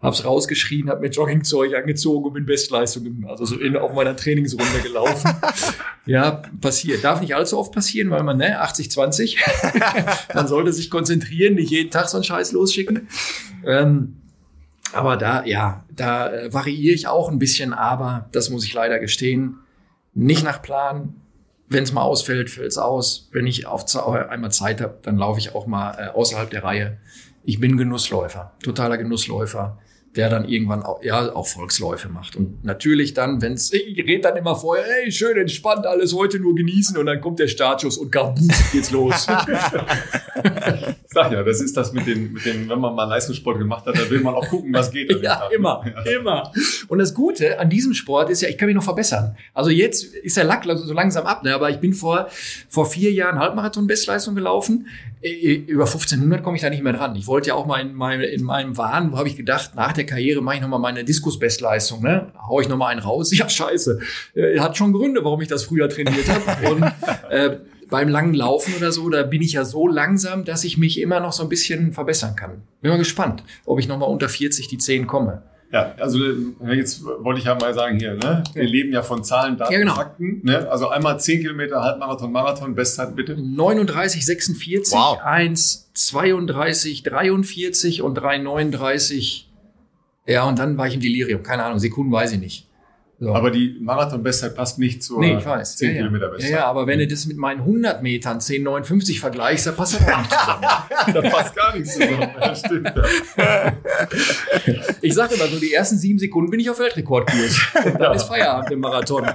hab's rausgeschrien, hab mir Joggingzeug angezogen und bin Bestleistung, also so in, auf meiner Trainingsrunde gelaufen. Ja, passiert. Darf nicht allzu oft passieren, weil man, ne, achtzig zwanzig. Man sollte sich konzentrieren, nicht jeden Tag so einen Scheiß losschicken. Ähm, aber da, ja, da äh, variiere ich auch ein bisschen, aber das muss ich leider gestehen, nicht nach Plan. Wenn es mal ausfällt, fällt es aus. Wenn ich auf einmal Zeit habe, dann laufe ich auch mal äh, außerhalb der Reihe. Ich bin Genussläufer, totaler Genussläufer, der dann irgendwann auch, ja, auch Volksläufe macht. Und natürlich dann, wenn es, ich rede dann immer vorher, ey, schön entspannt, alles heute nur genießen und dann kommt der Startschuss und kabuf, geht's los. Sag ja, das ist das mit den, mit den, wenn man mal Leistungssport gemacht hat, dann will man auch gucken, was geht. Ja, immer, ja. immer. Und das Gute an diesem Sport ist ja, ich kann mich noch verbessern. Also jetzt ist der Lack so langsam ab, ne? Aber ich bin vor, vor vier Jahren Halbmarathon-Bestleistung gelaufen. Über fünfzehnhundert komme ich da nicht mehr dran. Ich wollte ja auch mal in meinem, in meinem Wahn, wo habe ich gedacht, nach der Karriere mache ich nochmal meine Diskusbestleistung, ne? Hau ich nochmal einen raus. Ja, scheiße. Äh, hat schon Gründe, warum ich das früher trainiert habe. Und äh, beim langen Laufen oder so, da bin ich ja so langsam, dass ich mich immer noch so ein bisschen verbessern kann. Bin mal gespannt, ob ich nochmal unter vierzig die zehn komme. Ja, also jetzt wollte ich ja mal sagen hier, ne? Wir ja. leben ja von Zahlen, Daten, ja, genau. Fakten. Ne? Also einmal zehn Kilometer, Halbmarathon, Marathon, Bestzeiten bitte. neununddreißig sechsundvierzig, wow. eins zweiunddreißig dreiundvierzig und drei neununddreißig. Ja, und dann war ich im Delirium. Keine Ahnung, Sekunden weiß ich nicht. So. Aber die Marathon-Bestzeit passt nicht zur nee, ich weiß. zehn ja, Kilometer Bestzeit. Ja, ja, aber wenn du das mit meinen hundert Metern zehn neunundfünfzig vergleichst, da passt das auch nicht zusammen. Da passt gar nichts zusammen. Das stimmt. Ja. Ich sage immer so, die ersten sieben Sekunden bin ich auf Weltrekordkurs. Und dann ja. ist Feierabend im Marathon.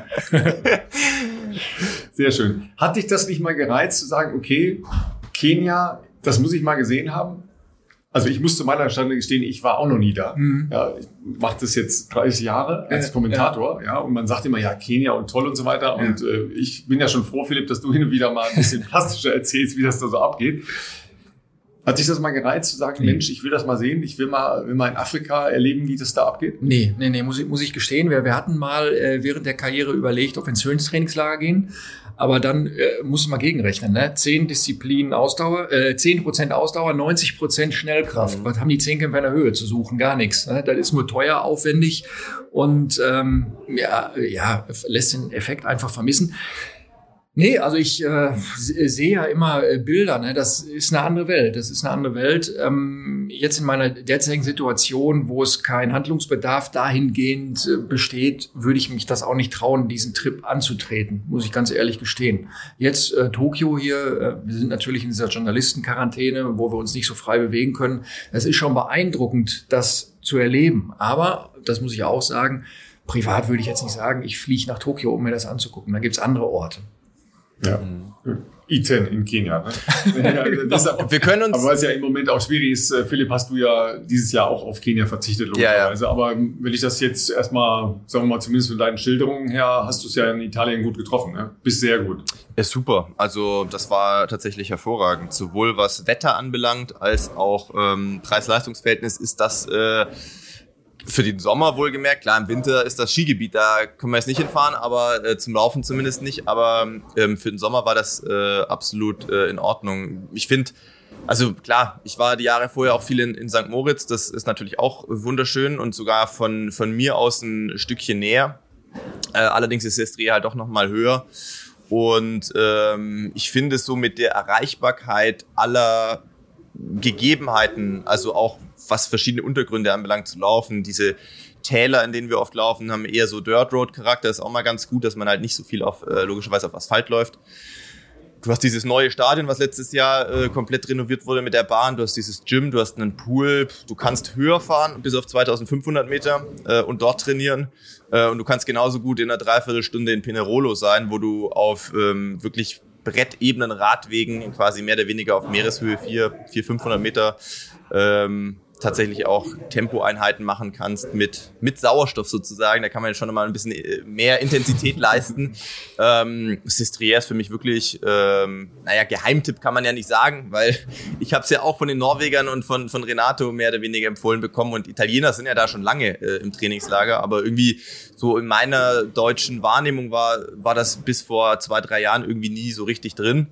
Sehr schön. Hat dich das nicht mal gereizt, zu sagen, okay, Kenia, das muss ich mal gesehen haben? Also ich muss zu meiner Stande gestehen, ich war auch noch nie da. Mhm. Ja, ich mache das jetzt dreißig Jahre als äh, Kommentator, ja. ja, und man sagt immer, ja, Kenia und toll und so weiter. Ja. Und äh, ich bin ja schon froh, Philipp, dass du hin und wieder mal ein bisschen plastischer erzählst, wie das da so abgeht. Hat sich das mal gereizt, zu sagen, nee. Mensch, ich will das mal sehen, ich will mal, will mal in Afrika erleben, wie das da abgeht? Nee, nee, nee, muss ich, muss ich gestehen. Wir, wir hatten mal äh, während der Karriere überlegt, ob wir ins Höhentrainingslager gehen. Aber dann äh, muss man gegenrechnen, ne? Zehn Disziplinen Ausdauer, äh, zehn Prozent Ausdauer, neunzig Prozent Schnellkraft. Mhm. Was haben die Zehnkämpfer in der Höhe zu suchen? Gar nichts. Ne? Das ist nur teuer, aufwendig und ähm, ja, ja, lässt den Effekt einfach vermissen. Nee, also ich äh, sehe ja immer äh, Bilder, ne? Das ist eine andere Welt, das ist eine andere Welt. Ähm, jetzt in meiner derzeitigen Situation, wo es kein Handlungsbedarf dahingehend äh, besteht, würde ich mich das auch nicht trauen, diesen Trip anzutreten, muss ich ganz ehrlich gestehen. Jetzt äh, Tokio hier, äh, wir sind natürlich in dieser Journalistenquarantäne, wo wir uns nicht so frei bewegen können. Es ist schon beeindruckend, das zu erleben. Aber, das muss ich auch sagen, privat würde ich jetzt nicht sagen, ich fliege nach Tokio, um mir das anzugucken. Da gibt's andere Orte. Ja, mhm. I zehn in Kenia. Ne? Ja, deshalb, wir können uns. Aber weil es ja im Moment auch schwierig ist, Philipp, hast du ja dieses Jahr auch auf Kenia verzichtet, logischerweise. Ja, ja. Aber wenn ich das jetzt erstmal, sagen wir mal, zumindest von deinen Schilderungen her, hast du es ja in Italien gut getroffen. Ne? Bist sehr gut. Ja, super. Also das war tatsächlich hervorragend. Sowohl was Wetter anbelangt, als auch ähm, Preis-Leistungs-Verhältnis ist das äh, für den Sommer wohlgemerkt. Klar, im Winter ist das Skigebiet, da können wir jetzt nicht hinfahren, aber äh, zum Laufen zumindest nicht. Aber ähm, für den Sommer war das äh, absolut äh, in Ordnung. Ich finde, also klar, ich war die Jahre vorher auch viel in, in Sankt Moritz. Das ist natürlich auch wunderschön und sogar von, von mir aus ein Stückchen näher. Äh, allerdings ist das Dreh halt doch nochmal höher. Und ähm, ich finde so mit der Erreichbarkeit aller Gegebenheiten, also auch was verschiedene Untergründe anbelangt zu laufen, diese Täler, in denen wir oft laufen, haben eher so Dirt Road Charakter, ist auch mal ganz gut, dass man halt nicht so viel auf äh, logischerweise auf Asphalt läuft. Du hast dieses neue Stadion, was letztes Jahr äh, komplett renoviert wurde mit der Bahn, du hast dieses Gym, du hast einen Pool, du kannst höher fahren bis auf zweitausendfünfhundert Meter äh, und dort trainieren äh, und du kannst genauso gut in einer Dreiviertelstunde in Pinerolo sein, wo du auf ähm, wirklich brettebenen Radwegen quasi mehr oder weniger auf Meereshöhe vier, vier, fünfhundert Meter ähm, tatsächlich auch Tempoeinheiten machen kannst mit, mit Sauerstoff sozusagen. Da kann man schon mal ein bisschen mehr Intensität leisten. Ähm, Sestriere ist für mich wirklich, ähm, naja, Geheimtipp kann man ja nicht sagen, weil ich habe es ja auch von den Norwegern und von, von Renato mehr oder weniger empfohlen bekommen und Italiener sind ja da schon lange äh, im Trainingslager, aber irgendwie so in meiner deutschen Wahrnehmung war, war das bis vor zwei, drei Jahren irgendwie nie so richtig drin.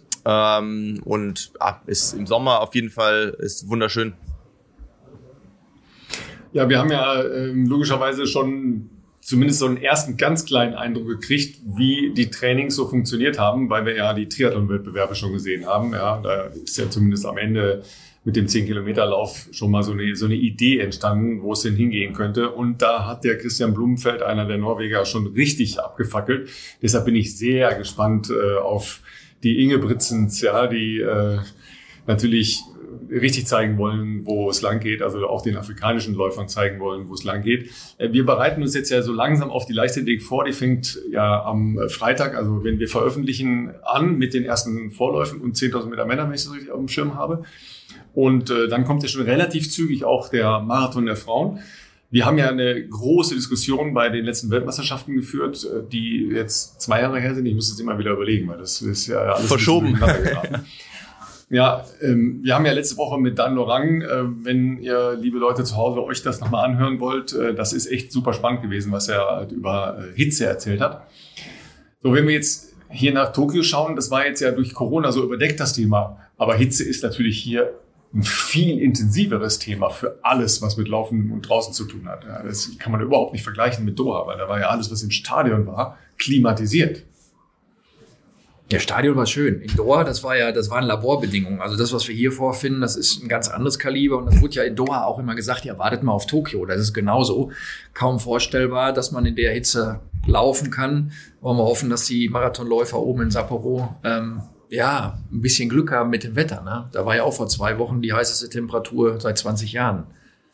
Ähm, und ah, ist im Sommer auf jeden Fall ist wunderschön. Ja, wir haben ja äh, logischerweise schon zumindest so einen ersten ganz kleinen Eindruck gekriegt, wie die Trainings so funktioniert haben, weil wir ja die Triathlon-Wettbewerbe schon gesehen haben. Ja, da ist ja zumindest am Ende mit dem zehn-Kilometer-Lauf schon mal so eine, so eine Idee entstanden, wo es denn hingehen könnte. Und da hat der Christian Blumenfeld, einer der Norweger, schon richtig abgefackelt. Deshalb bin ich sehr gespannt äh, auf die Ingebrigtsens, ja, die äh, natürlich richtig zeigen wollen, wo es lang geht, also auch den afrikanischen Läufern zeigen wollen, wo es lang geht. Wir bereiten uns jetzt ja so langsam auf die Leichtathletik vor. Die fängt ja am Freitag, also wenn wir veröffentlichen, an mit den ersten Vorläufen und zehntausend Meter Männer, wenn ich das richtig auf dem Schirm habe. Und äh, dann kommt ja schon relativ zügig auch der Marathon der Frauen. Wir haben ja eine große Diskussion bei den letzten Weltmeisterschaften geführt, die jetzt zwei Jahre her sind. Ich muss jetzt immer wieder überlegen, weil das ist ja alles verschoben. Ja, ähm, wir haben ja letzte Woche mit Dan Lorang, äh, wenn ihr, liebe Leute zu Hause, euch das nochmal anhören wollt, äh, das ist echt super spannend gewesen, was er halt über äh, Hitze erzählt hat. So, wenn wir jetzt hier nach Tokio schauen, das war jetzt ja durch Corona so überdeckt, das Thema, aber Hitze ist natürlich hier ein viel intensiveres Thema für alles, was mit Laufen und draußen zu tun hat. Ja, das kann man überhaupt nicht vergleichen mit Doha, weil da war ja alles, was im Stadion war, klimatisiert. Der Stadion war schön. In Doha, das war ja, das waren Laborbedingungen. Also das, was wir hier vorfinden, das ist ein ganz anderes Kaliber. Und das wurde ja in Doha auch immer gesagt, ja, wartet mal auf Tokio. Das ist genauso. Kaum vorstellbar, dass man in der Hitze laufen kann. Wollen wir hoffen, dass die Marathonläufer oben in Sapporo, ähm, ja, ein bisschen Glück haben mit dem Wetter, ne? Da war ja auch vor zwei Wochen die heißeste Temperatur seit zwanzig Jahren.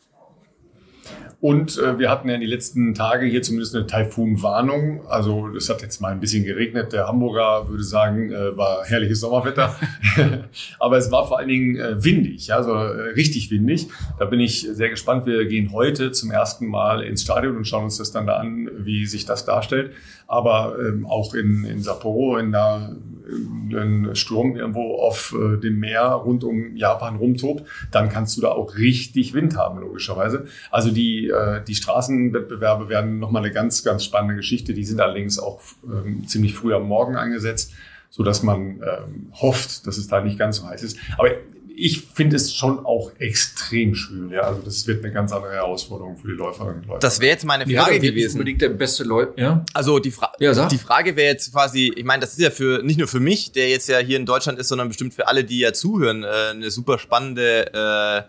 Und äh, wir hatten ja in die letzten Tage hier zumindest eine Taifun-Warnung. Also es hat jetzt mal ein bisschen geregnet. Der Hamburger würde sagen, äh, war herrliches Sommerwetter. Aber es war vor allen Dingen äh, windig, also äh, richtig windig. Da bin ich sehr gespannt. Wir gehen heute zum ersten Mal ins Stadion und schauen uns das dann da an, wie sich das darstellt. Aber ähm, auch in, in Sapporo, in der ein Sturm irgendwo auf äh, dem Meer rund um Japan rumtobt, dann kannst du da auch richtig Wind haben, logischerweise. Also die, äh, die Straßenwettbewerbe werden nochmal eine ganz, ganz spannende Geschichte. Die sind allerdings auch ähm, ziemlich früh am Morgen eingesetzt, sodass man ähm, hofft, dass es da nicht ganz so heiß ist. Aber ich finde es schon auch extrem schwül. Ja? Also das wird eine ganz andere Herausforderung für die Läuferinnen und Läufer. Das wäre jetzt meine Frage ja, gewesen. Nicht unbedingt der beste Läufer. Ja? Also die, Fra- ja, sag. die Frage wäre jetzt quasi, ich meine, das ist ja für nicht nur für mich, der jetzt ja hier in Deutschland ist, sondern bestimmt für alle, die ja zuhören, äh, eine super spannende äh,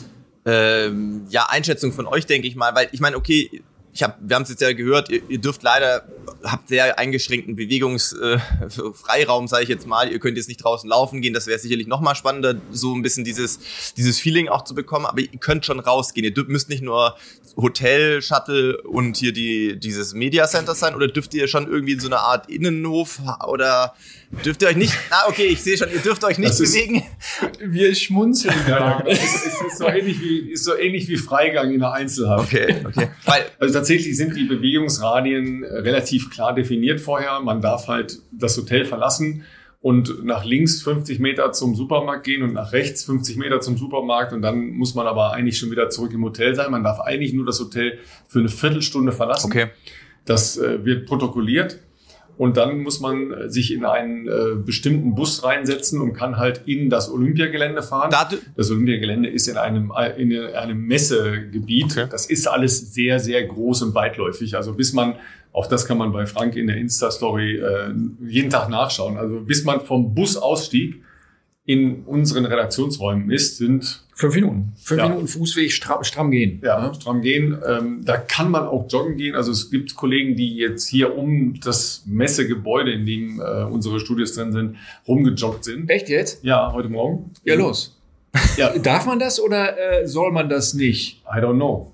äh, ja, Einschätzung von euch, denke ich mal. Weil ich meine, okay, ich hab, wir haben es jetzt ja gehört, ihr, ihr dürft leider, habt sehr eingeschränkten Bewegungsfreiraum, äh, sage ich jetzt mal. Ihr könnt jetzt nicht draußen laufen gehen, das wäre sicherlich noch mal spannender, so ein bisschen dieses, dieses Feeling auch zu bekommen. Aber ihr könnt schon rausgehen. Ihr dürft, müsst nicht nur Hotel, Shuttle und hier die, dieses Media Center sein, oder dürft ihr schon irgendwie in so eine Art Innenhof oder dürft ihr euch nicht, ah okay, ich sehe schon, ihr dürft euch nicht das bewegen. Ist, wir schmunzeln gerade. Ja, es, es ist, so ähnlich wie, ist so ähnlich wie Freigang in der Einzelhaft. Okay, okay. Weil, also tatsächlich sind die Bewegungsradien relativ klar definiert vorher. Man darf halt das Hotel verlassen und nach links fünfzig Meter zum Supermarkt gehen und nach rechts fünfzig Meter zum Supermarkt, und dann muss man aber eigentlich schon wieder zurück im Hotel sein. Man darf eigentlich nur das Hotel für eine Viertelstunde verlassen. okay. Das äh, wird protokolliert. Und dann muss man sich in einen äh, bestimmten Bus reinsetzen und kann halt in das Olympiagelände fahren. Da, das Olympiagelände ist in einem, in einem Messegebiet. Okay. Das ist alles sehr, sehr groß und weitläufig. Also bis man, auch das kann man bei Frank in der Insta-Story äh, jeden Tag nachschauen. Also bis man vom Bus ausstieg, in unseren Redaktionsräumen ist, sind Fünf Minuten. Fünf Ja. Minuten Fußweg stramm, stramm gehen. ja, stramm gehen. Ähm, da kann man auch joggen gehen. Also es gibt Kollegen, die jetzt hier um das Messegebäude, in dem äh, unsere Studios drin sind, rumgejoggt sind. Echt jetzt? Ja, heute Morgen. Ja, los. Ja, Darf man das oder äh, soll man das nicht? I don't know.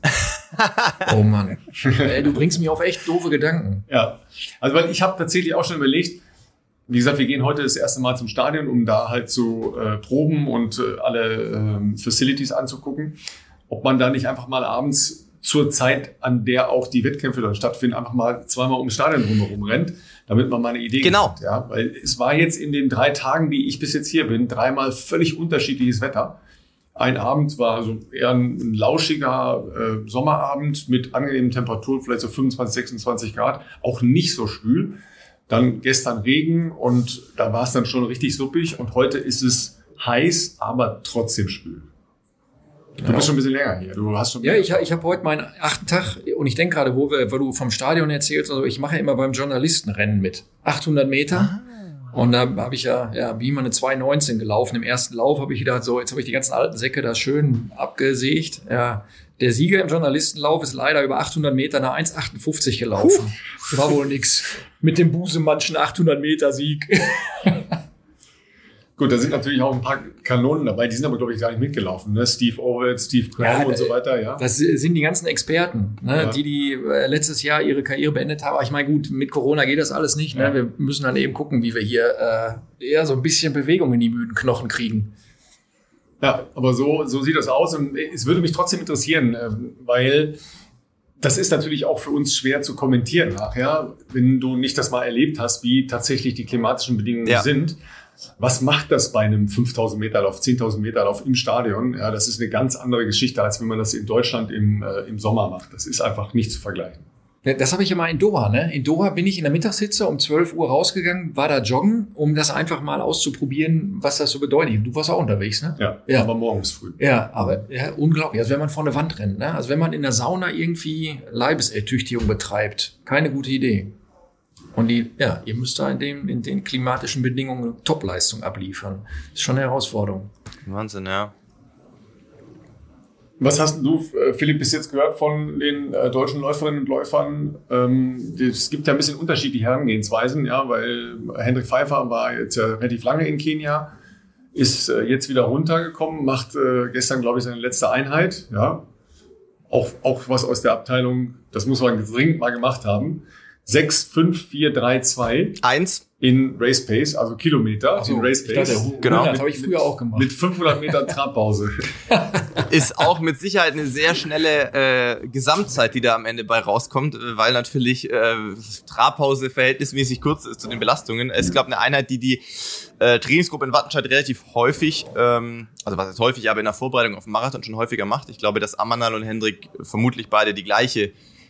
Oh Mann. Ey, du bringst mich auf echt doofe Gedanken. Ja, also weil ich habe tatsächlich auch schon überlegt, wie gesagt, wir gehen heute das erste Mal zum Stadion, um da halt zu äh, proben und äh, alle ähm, Facilities anzugucken. Ob man da nicht einfach mal abends zur Zeit, an der auch die Wettkämpfe dann stattfinden, einfach mal zweimal ums Stadion drumherum rennt, damit man mal eine Idee Genau. hat. Ja, weil es war jetzt in den drei Tagen, die ich bis jetzt hier bin, dreimal völlig unterschiedliches Wetter. Ein Abend war so eher ein lauschiger äh, Sommerabend mit angenehmen Temperaturen, vielleicht so fünfundzwanzig, sechsundzwanzig Grad, auch nicht so schwül. Dann gestern Regen und da war es dann schon richtig suppig, und heute ist es heiß, aber trotzdem schwül. Du bist schon ein bisschen länger hier. Du hast schon ja, ich, ich habe heute meinen achten Tag und ich denke gerade, wo wir, weil du vom Stadion erzählst, also ich mache ja immer beim Journalistenrennen mit. achthundert Meter. Ah. Und da habe ich ja, ja, wie immer eine zwei neunzehn gelaufen. Im ersten Lauf habe ich gedacht, so, jetzt habe ich die ganzen alten Säcke da schön abgesägt. Ja, der Sieger im Journalistenlauf ist leider über achthundert Meter nach eins achtundfünfzig gelaufen. Puh. War wohl nix. Mit dem Busemannschen achthundert Meter Sieg. Gut, da sind natürlich auch ein paar Kanonen dabei, die sind aber, glaube ich, gar nicht mitgelaufen. Ne? Steve Ovett, Steve Cram ja, und so weiter. Ja. Das sind die ganzen Experten, ne? Ja. die, die letztes Jahr ihre Karriere beendet haben. Aber ich meine, gut, mit Corona geht das alles nicht. Ne? Ja. Wir müssen dann eben gucken, wie wir hier äh, eher so ein bisschen Bewegung in die müden Knochen kriegen. Ja, aber so, so sieht das aus. Und es würde mich trotzdem interessieren, weil das ist natürlich auch für uns schwer zu kommentieren nachher, wenn du nicht das mal erlebt hast, wie tatsächlich die klimatischen Bedingungen ja. sind. Was macht das bei einem fünftausend Meter Lauf, zehntausend Meter Lauf im Stadion? Ja, das ist eine ganz andere Geschichte, als wenn man das in Deutschland im, äh, im Sommer macht. Das ist einfach nicht zu vergleichen. Ja, das habe ich immer in Doha. Ne? In Doha bin ich in der Mittagshitze um zwölf Uhr rausgegangen, war da joggen, um das einfach mal auszuprobieren, was das so bedeutet. Du warst auch unterwegs, ne? Ja, ja. Aber morgens früh. Ja, aber ja, unglaublich. Also wenn man vor eine Wand rennt, ne? Also wenn man in der Sauna irgendwie Leibesertüchtigung betreibt, keine gute Idee. Und die, ja, ihr müsst da in, dem, in den klimatischen Bedingungen Topleistung abliefern. Das ist schon eine Herausforderung. Wahnsinn, ja. Was hast du, Philipp, bis jetzt gehört von den äh, deutschen Läuferinnen und Läufern? Ähm, es gibt ja ein bisschen unterschiedliche Herangehensweisen, ja, weil Hendrik Pfeiffer war jetzt ja relativ lange in Kenia, ist äh, jetzt wieder runtergekommen, macht äh, gestern, glaube ich, seine letzte Einheit. Ja. Auch, auch was aus der Abteilung, das muss man dringend mal gemacht haben. sechs fünf vier drei zwei Eins in Race Pace, also Kilometer so, in Race Pace. Dachte, genau, das habe ich früher auch gemacht. Mit fünfhundert Metern Trabpause. Ist auch mit Sicherheit eine sehr schnelle äh, Gesamtzeit, die da am Ende bei rauskommt, weil natürlich äh, Trabpause verhältnismäßig kurz ist zu den Belastungen. Es gab eine Einheit, die die äh, Trainingsgruppe in Wattenscheid relativ häufig, ähm, also was heißt häufig, aber in der Vorbereitung auf den Marathon schon häufiger macht. Ich glaube, dass Amanal und Hendrik vermutlich beide die gleiche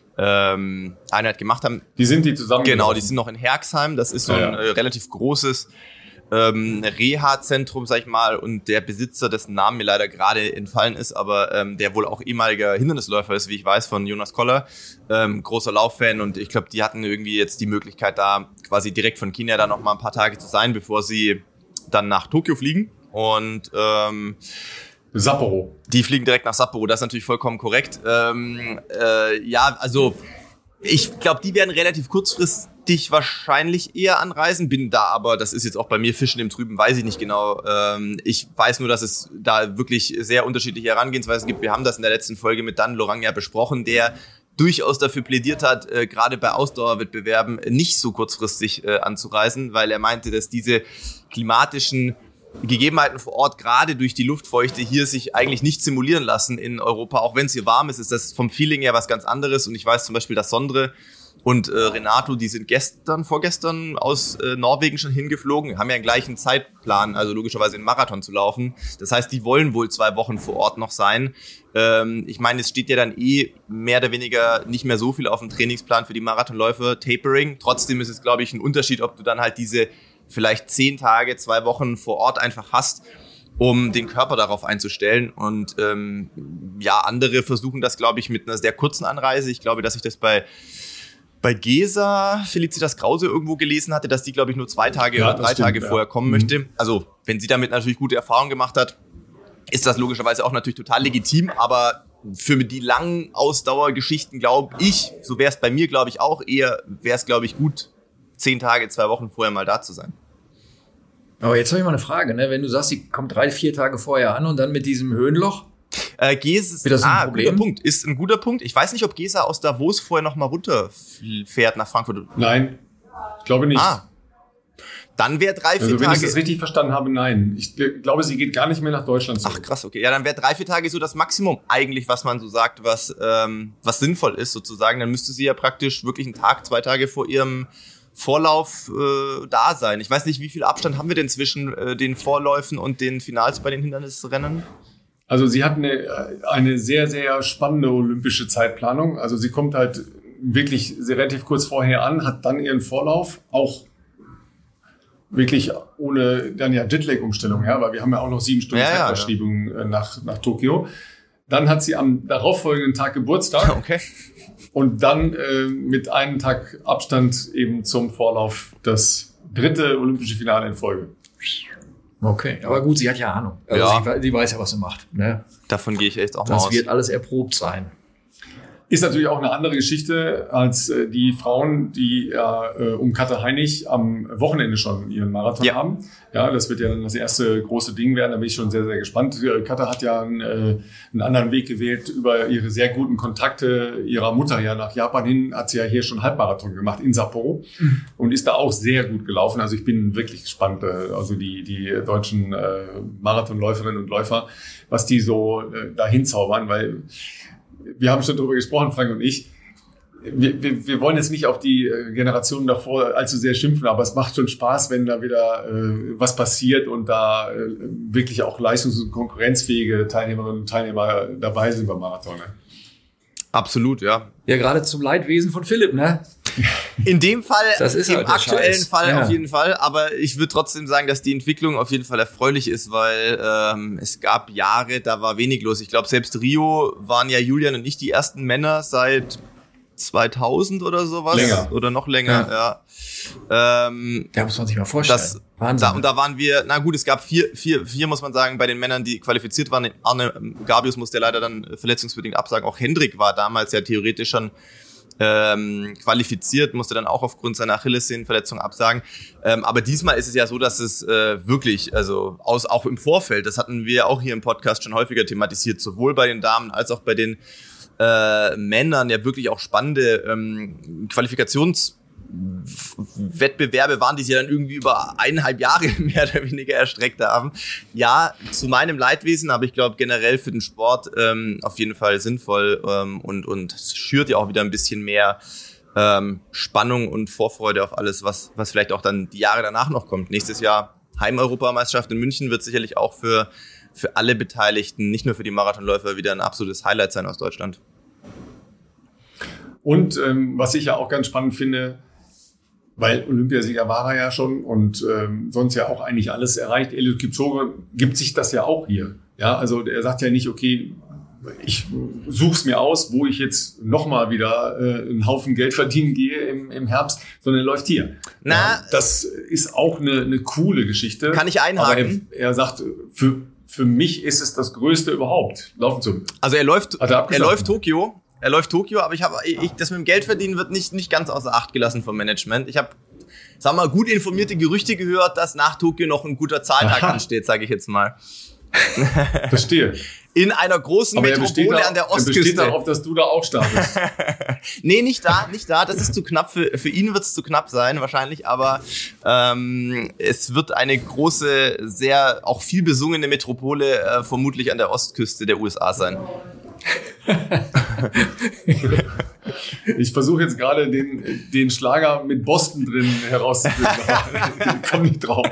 Ähm, Einheit gemacht haben. Die sind die zusammen. Genau, die sind noch in Herxheim. Das ist so ein ja, ja. Äh, relativ großes ähm, Reha-Zentrum, sag ich mal. Und der Besitzer, dessen Namen mir leider gerade entfallen ist, aber ähm, der wohl auch ehemaliger Hindernisläufer ist, wie ich weiß, von Jonas Koller. Ähm, großer Lauffan. Und ich glaube, die hatten irgendwie jetzt die Möglichkeit, da quasi direkt von Kenia da noch mal ein paar Tage zu sein, bevor sie dann nach Tokio fliegen. Und ähm, Sapporo. Die fliegen direkt nach Sapporo, das ist natürlich vollkommen korrekt. Ähm, äh, ja, also ich glaube, die werden relativ kurzfristig wahrscheinlich eher anreisen, bin da aber, das ist jetzt auch bei mir Fischen im Trüben, weiß ich nicht genau. Ähm, ich weiß nur, dass es da wirklich sehr unterschiedliche Herangehensweisen gibt. Wir haben das in der letzten Folge mit Dan Lorang ja besprochen, der durchaus dafür plädiert hat, äh, gerade bei Ausdauerwettbewerben nicht so kurzfristig äh, anzureisen, weil er meinte, dass diese klimatischen Gegebenheiten vor Ort, gerade durch die Luftfeuchte, hier sich eigentlich nicht simulieren lassen in Europa. Auch wenn es hier warm ist, ist das vom Feeling her was ganz anderes. Und ich weiß zum Beispiel, dass Sondre und äh, Renato, die sind gestern, vorgestern aus äh, Norwegen schon hingeflogen, haben ja einen gleichen Zeitplan, also logischerweise einen Marathon zu laufen. Das heißt, die wollen wohl zwei Wochen vor Ort noch sein. Ähm, ich meine, es steht ja dann eh mehr oder weniger nicht mehr so viel auf dem Trainingsplan für die Marathonläufer, Tapering. Trotzdem ist es, glaube ich, ein Unterschied, ob du dann halt diese vielleicht zehn Tage, zwei Wochen vor Ort einfach hast, um den Körper darauf einzustellen. Und ähm, ja, andere versuchen das, glaube ich, mit einer sehr kurzen Anreise. Ich glaube, dass ich das bei bei Gesa, Felicitas Krause irgendwo gelesen hatte, dass die, glaube ich, nur zwei Tage ja, oder drei stimmt, Tage ja. vorher kommen mhm. möchte. Also, wenn sie damit natürlich gute Erfahrungen gemacht hat, ist das logischerweise auch natürlich total legitim. Aber für die langen Ausdauergeschichten, glaube ich, so wäre es bei mir, glaube ich, auch eher, wäre es, glaube ich, gut, zehn Tage, zwei Wochen vorher mal da zu sein. Aber jetzt habe ich mal eine Frage, ne? Wenn du sagst, sie kommt drei, vier Tage vorher an und dann mit diesem Höhenloch, äh, Gesa, wird das ein ah, Problem? Guter Punkt, ist ein guter Punkt. Ich weiß nicht, ob Gesa aus Davos vorher noch mal runterfährt nach Frankfurt. Nein, ich glaube nicht. Ah, dann wäre drei, vier also, wenn Tage... ich das richtig verstanden habe, nein. Ich glaube, sie geht gar nicht mehr nach Deutschland zurück. Ach krass, okay. Ja, dann wäre drei, vier Tage so das Maximum eigentlich, was man so sagt, was, ähm, was sinnvoll ist sozusagen. Dann müsste sie ja praktisch wirklich einen Tag, zwei Tage vor ihrem Vorlauf äh, da sein. Ich weiß nicht, wie viel Abstand haben wir denn zwischen äh, den Vorläufen und den Finals bei den Hindernisrennen? Also sie hat eine, eine sehr, sehr spannende olympische Zeitplanung. Also sie kommt halt wirklich sehr relativ kurz vorher an, hat dann ihren Vorlauf, auch wirklich ohne dann ja Jetlag-Umstellung, ja, weil wir haben ja auch noch sieben Stunden ja, Zeitverschiebung ja, ja. nach, nach Tokio. Dann hat sie am darauffolgenden Tag Geburtstag. Okay. Und dann äh, mit einem Tag Abstand eben zum Vorlauf das dritte olympische Finale in Folge. Okay, aber gut, sie hat ja Ahnung. Also Ja. sie, sie weiß ja, was sie macht. Ne? Davon gehe ich echt auch mal Das aus. wird alles erprobt sein. Ist natürlich auch eine andere Geschichte als äh, die Frauen, die ja äh, um Katha Heinig am Wochenende schon ihren Marathon Ja. haben. Ja, das wird ja dann das erste große Ding werden. Da bin ich schon sehr, sehr gespannt. Äh, Katha hat ja einen, äh, einen anderen Weg gewählt über ihre sehr guten Kontakte ihrer Mutter ja nach Japan hin. Hat sie ja hier schon Halbmarathon gemacht in Sapporo mhm. und ist da auch sehr gut gelaufen. Also ich bin wirklich gespannt. Äh, also die die deutschen äh, Marathonläuferinnen und Läufer, was die so äh, da hinzaubern, weil wir haben schon darüber gesprochen, Frank und ich. Wir, wir, wir wollen jetzt nicht auf die Generationen davor allzu sehr schimpfen, aber es macht schon Spaß, wenn da wieder äh, was passiert und da äh, wirklich auch leistungs- und konkurrenzfähige Teilnehmerinnen und Teilnehmer dabei sind beim Marathon. Ne? Absolut, ja. Ja, gerade zum Leidwesen von Philipp, ne? In dem Fall, Das ist im halt der aktuellen Scheiß. Fall Ja. auf jeden Fall. Aber ich würde trotzdem sagen, dass die Entwicklung auf jeden Fall erfreulich ist, weil ähm, es gab Jahre, da war wenig los. Ich glaube, selbst Rio waren ja Julian und ich die ersten Männer seit zweitausend oder sowas. Länger. Oder noch länger, ja. Ähm, Da muss man sich mal vorstellen. Das, Wahnsinn. da, und da waren wir, na gut, es gab vier, vier, vier, muss man sagen, bei den Männern, die qualifiziert waren. Arne Gabius musste leider dann verletzungsbedingt absagen. Auch Hendrik war damals ja theoretisch schon ähm, qualifiziert, musste dann auch aufgrund seiner Achillessehnenverletzung absagen. Ähm, aber diesmal ist es ja so, dass es äh, wirklich, also aus, auch im Vorfeld, das hatten wir auch hier im Podcast schon häufiger thematisiert, sowohl bei den Damen als auch bei den äh, Männern ja wirklich auch spannende ähm, Qualifikations Wettbewerbe waren, die sie dann irgendwie über eineinhalb Jahre mehr oder weniger erstreckt haben. Ja, zu meinem Leidwesen, aber ich glaube generell für den Sport ähm, auf jeden Fall sinnvoll ähm, und, und es schürt ja auch wieder ein bisschen mehr ähm, Spannung und Vorfreude auf alles, was, was vielleicht auch dann die Jahre danach noch kommt. Nächstes Jahr Heimeuropameisterschaft in München wird sicherlich auch für, für alle Beteiligten, nicht nur für die Marathonläufer, wieder ein absolutes Highlight sein aus Deutschland. Und ähm, was ich ja auch ganz spannend finde, weil Olympiasieger war er ja schon und ähm, sonst ja auch eigentlich alles erreicht. Eliud Kipchoge gibt sich das ja auch hier. Ja, also er sagt ja nicht, okay, ich such's mir aus, wo ich jetzt nochmal wieder äh, einen Haufen Geld verdienen gehe im, im Herbst, sondern er läuft hier. Na, ja, das ist auch eine, eine coole Geschichte. Kann ich einhaken? Aber er, er sagt, für, für mich ist es das Größte überhaupt, laufen zu. Also er läuft, Hat er er abgesagt? läuft Tokio. Er läuft Tokio, aber ich habe, ich, das mit dem Geldverdienen wird nicht, nicht ganz außer Acht gelassen vom Management. Ich habe, sagen wir mal, gut informierte Gerüchte gehört, dass nach Tokio noch ein guter Zahltag Aha. ansteht, sage ich jetzt mal. Verstehe. In einer großen Aber er besteht, Metropole da, an der er besteht Ostküste. darauf, dass du da auch startest. Nee, nicht da, nicht da. Das ist zu knapp. Für, für ihn wird es zu knapp sein, wahrscheinlich. Aber ähm, es wird eine große, sehr auch viel besungene Metropole äh, vermutlich an der Ostküste der U S A sein. Ich versuche jetzt gerade den, den Schlager mit Boston drin herauszufinden, aber ich komme nicht drauf.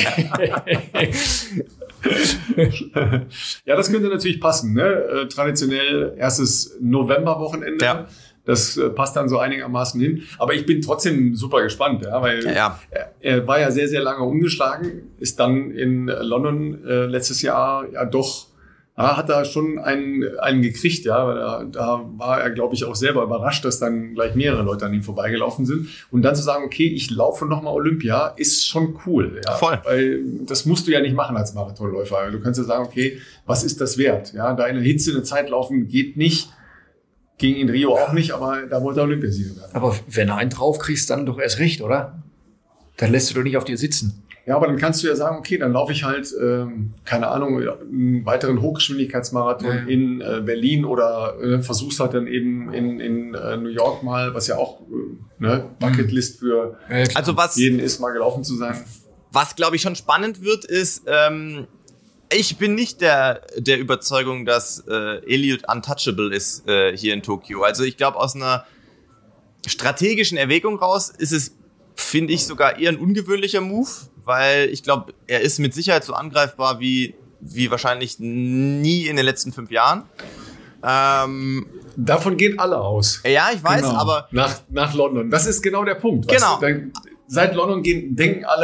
Ja, das könnte natürlich passen. Ne? Äh, traditionell erstes Novemberwochenende. Ja. Das äh, passt dann so einigermaßen hin. Aber ich bin trotzdem super gespannt, ja, weil Ja, ja. Er, er war ja sehr, sehr lange umgeschlagen, ist dann in London äh, letztes Jahr ja doch Ja, hat er schon einen, einen gekriegt, ja, weil da, da war er, glaube ich, auch selber überrascht, dass dann gleich mehrere Leute an ihm vorbeigelaufen sind. Und dann zu sagen, okay, ich laufe nochmal Olympia, ist schon cool. Ja, Voll. Weil das musst du ja nicht machen als Marathonläufer. Du kannst ja sagen, okay, was ist das wert? Ja, da in der Hitze eine Zeit laufen geht nicht. Ging in Rio auch nicht, aber da wollte er Olympiasieger werden. Aber wenn du einen draufkriegst, dann doch erst recht, oder? Dann lässt du doch nicht auf dir sitzen. Ja, aber dann kannst du ja sagen, okay, dann laufe ich halt, ähm, keine Ahnung, einen weiteren Hochgeschwindigkeitsmarathon Ja, ja. in äh, Berlin oder äh, versuchst halt dann eben in, in äh, New York mal, was ja auch äh, ne, Bucketlist für Also was, jeden ist, mal gelaufen zu sein. was glaube ich schon spannend wird, ist, ähm, ich bin nicht der, der Überzeugung, dass äh, Eliud untouchable ist äh, hier in Tokio. Also ich glaube, aus einer strategischen Erwägung raus ist es, finde ich, sogar eher ein ungewöhnlicher Move, weil ich glaube, er ist mit Sicherheit so angreifbar wie, wie wahrscheinlich nie in den letzten fünf Jahren. Ähm, Davon gehen alle aus. ja, ich weiß, Genau. aber Nach, nach London. Das ist genau der Punkt. Genau. Weißt du, dann, seit London gehen, denken alle,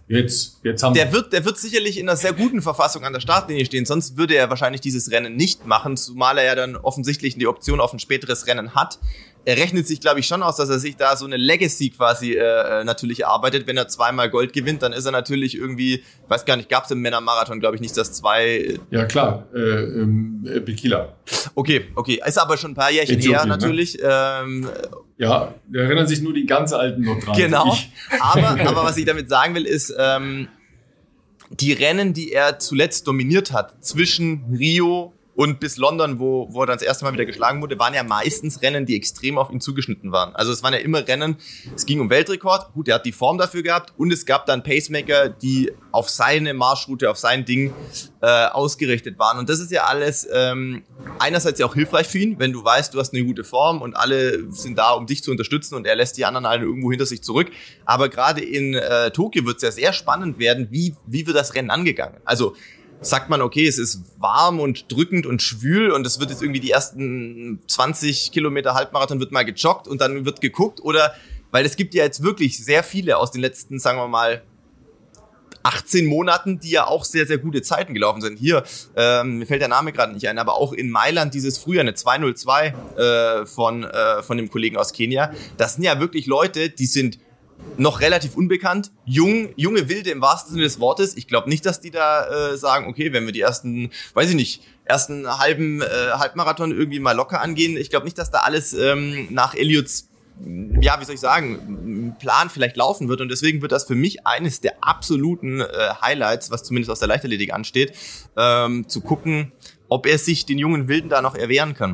Jetzt, jetzt haben der wird, der wird sicherlich in einer sehr guten Verfassung an der Startlinie stehen, sonst würde er wahrscheinlich dieses Rennen nicht machen, zumal er ja dann offensichtlich die Option auf ein späteres Rennen hat. Er rechnet sich, glaube ich, schon aus, dass er sich da so eine Legacy quasi äh, natürlich erarbeitet. Wenn er zweimal Gold gewinnt, dann ist er natürlich irgendwie, weiß gar nicht, gab es im Männermarathon, glaube ich, nicht das zwei... Ja, klar, äh, ähm, äh, Bikila. Okay, okay, ist aber schon ein paar Jährchen Äthiopien, her natürlich. Ne? Ähm, ja, da erinnern sich nur die ganz Alten noch dran. Genau, ich. aber, aber was ich damit sagen will, ist, ähm, die Rennen, die er zuletzt dominiert hat, zwischen Rio und bis London, wo, wo er dann das erste Mal wieder geschlagen wurde, waren ja meistens Rennen, die extrem auf ihn zugeschnitten waren. Also es waren ja immer Rennen, es ging um Weltrekord, gut, er hat die Form dafür gehabt und es gab dann Pacemaker, die auf seine Marschroute, auf sein Ding äh, ausgerichtet waren. Und das ist ja alles ähm, einerseits ja auch hilfreich für ihn, wenn du weißt, du hast eine gute Form und alle sind da, um dich zu unterstützen und er lässt die anderen alle irgendwo hinter sich zurück. Aber gerade in äh, Tokio wird es ja sehr spannend werden, wie, wie wird das Rennen angegangen. Also sagt man, okay, es ist warm und drückend und schwül und es wird jetzt irgendwie die ersten zwanzig Kilometer Halbmarathon wird mal gejoggt und dann wird geguckt oder, weil es gibt ja jetzt wirklich sehr viele aus den letzten, sagen wir mal, achtzehn Monaten, die ja auch sehr, sehr gute Zeiten gelaufen sind. Hier, ähm, mir fällt der Name gerade nicht ein, aber auch in Mailand dieses Frühjahr, eine zwei null zwei äh, von, äh, von dem Kollegen aus Kenia. Das sind ja wirklich Leute, die sind noch relativ unbekannt, jung, junge Wilde im wahrsten Sinne des Wortes. Ich glaube nicht, dass die da äh, sagen, okay, wenn wir die ersten, weiß ich nicht, ersten halben äh, Halbmarathon irgendwie mal locker angehen. Ich glaube nicht, dass da alles ähm, nach Elliots, ja, wie soll ich sagen, Plan vielleicht laufen wird. Und deswegen wird das für mich eines der absoluten äh, Highlights, was zumindest aus der Leichtathletik ansteht, ähm, zu gucken, ob er sich den jungen Wilden da noch erwehren kann.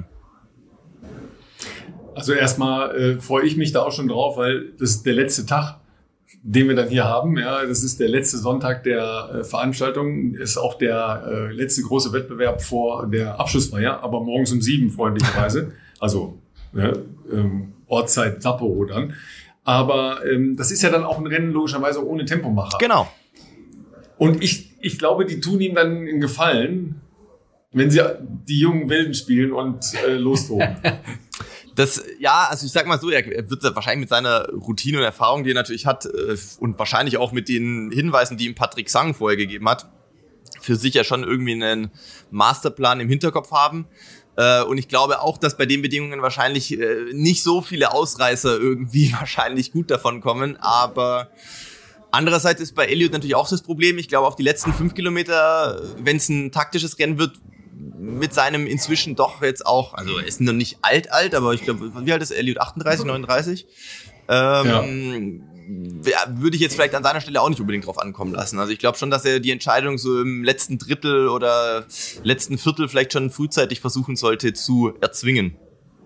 Also erstmal äh, freue ich mich da auch schon drauf, weil das ist der letzte Tag, den wir dann hier haben. Ja, das ist der letzte Sonntag der äh, Veranstaltung, ist auch der äh, letzte große Wettbewerb vor der Abschlussfeier, aber morgens um sieben freundlicherweise, also ja, ähm, Ortszeit Sapporo dann. Aber ähm, das ist ja dann auch ein Rennen logischerweise ohne Tempomacher. Genau. Und ich, ich glaube, die tun ihm dann einen Gefallen, wenn sie die jungen Wilden spielen und äh, lostoben. Das, ja, also ich sag mal so, er wird wahrscheinlich mit seiner Routine und Erfahrung, die er natürlich hat, und wahrscheinlich auch mit den Hinweisen, die ihm Patrick Sang vorher gegeben hat, für sich ja schon irgendwie einen Masterplan im Hinterkopf haben. Und ich glaube auch, dass bei den Bedingungen wahrscheinlich nicht so viele Ausreißer irgendwie wahrscheinlich gut davon kommen, aber andererseits ist bei Elliot natürlich auch das Problem, ich glaube auf die letzten fünf Kilometer, wenn es ein taktisches Rennen wird, mit seinem inzwischen doch jetzt auch, also er ist noch nicht alt, alt, aber ich glaube, wie alt ist Elliot? achtunddreißig, neununddreißig? Ähm, ja. Würde ich jetzt vielleicht an seiner Stelle auch nicht unbedingt drauf ankommen lassen. Also ich glaube schon, dass er die Entscheidung so im letzten Drittel oder letzten Viertel vielleicht schon frühzeitig versuchen sollte zu erzwingen.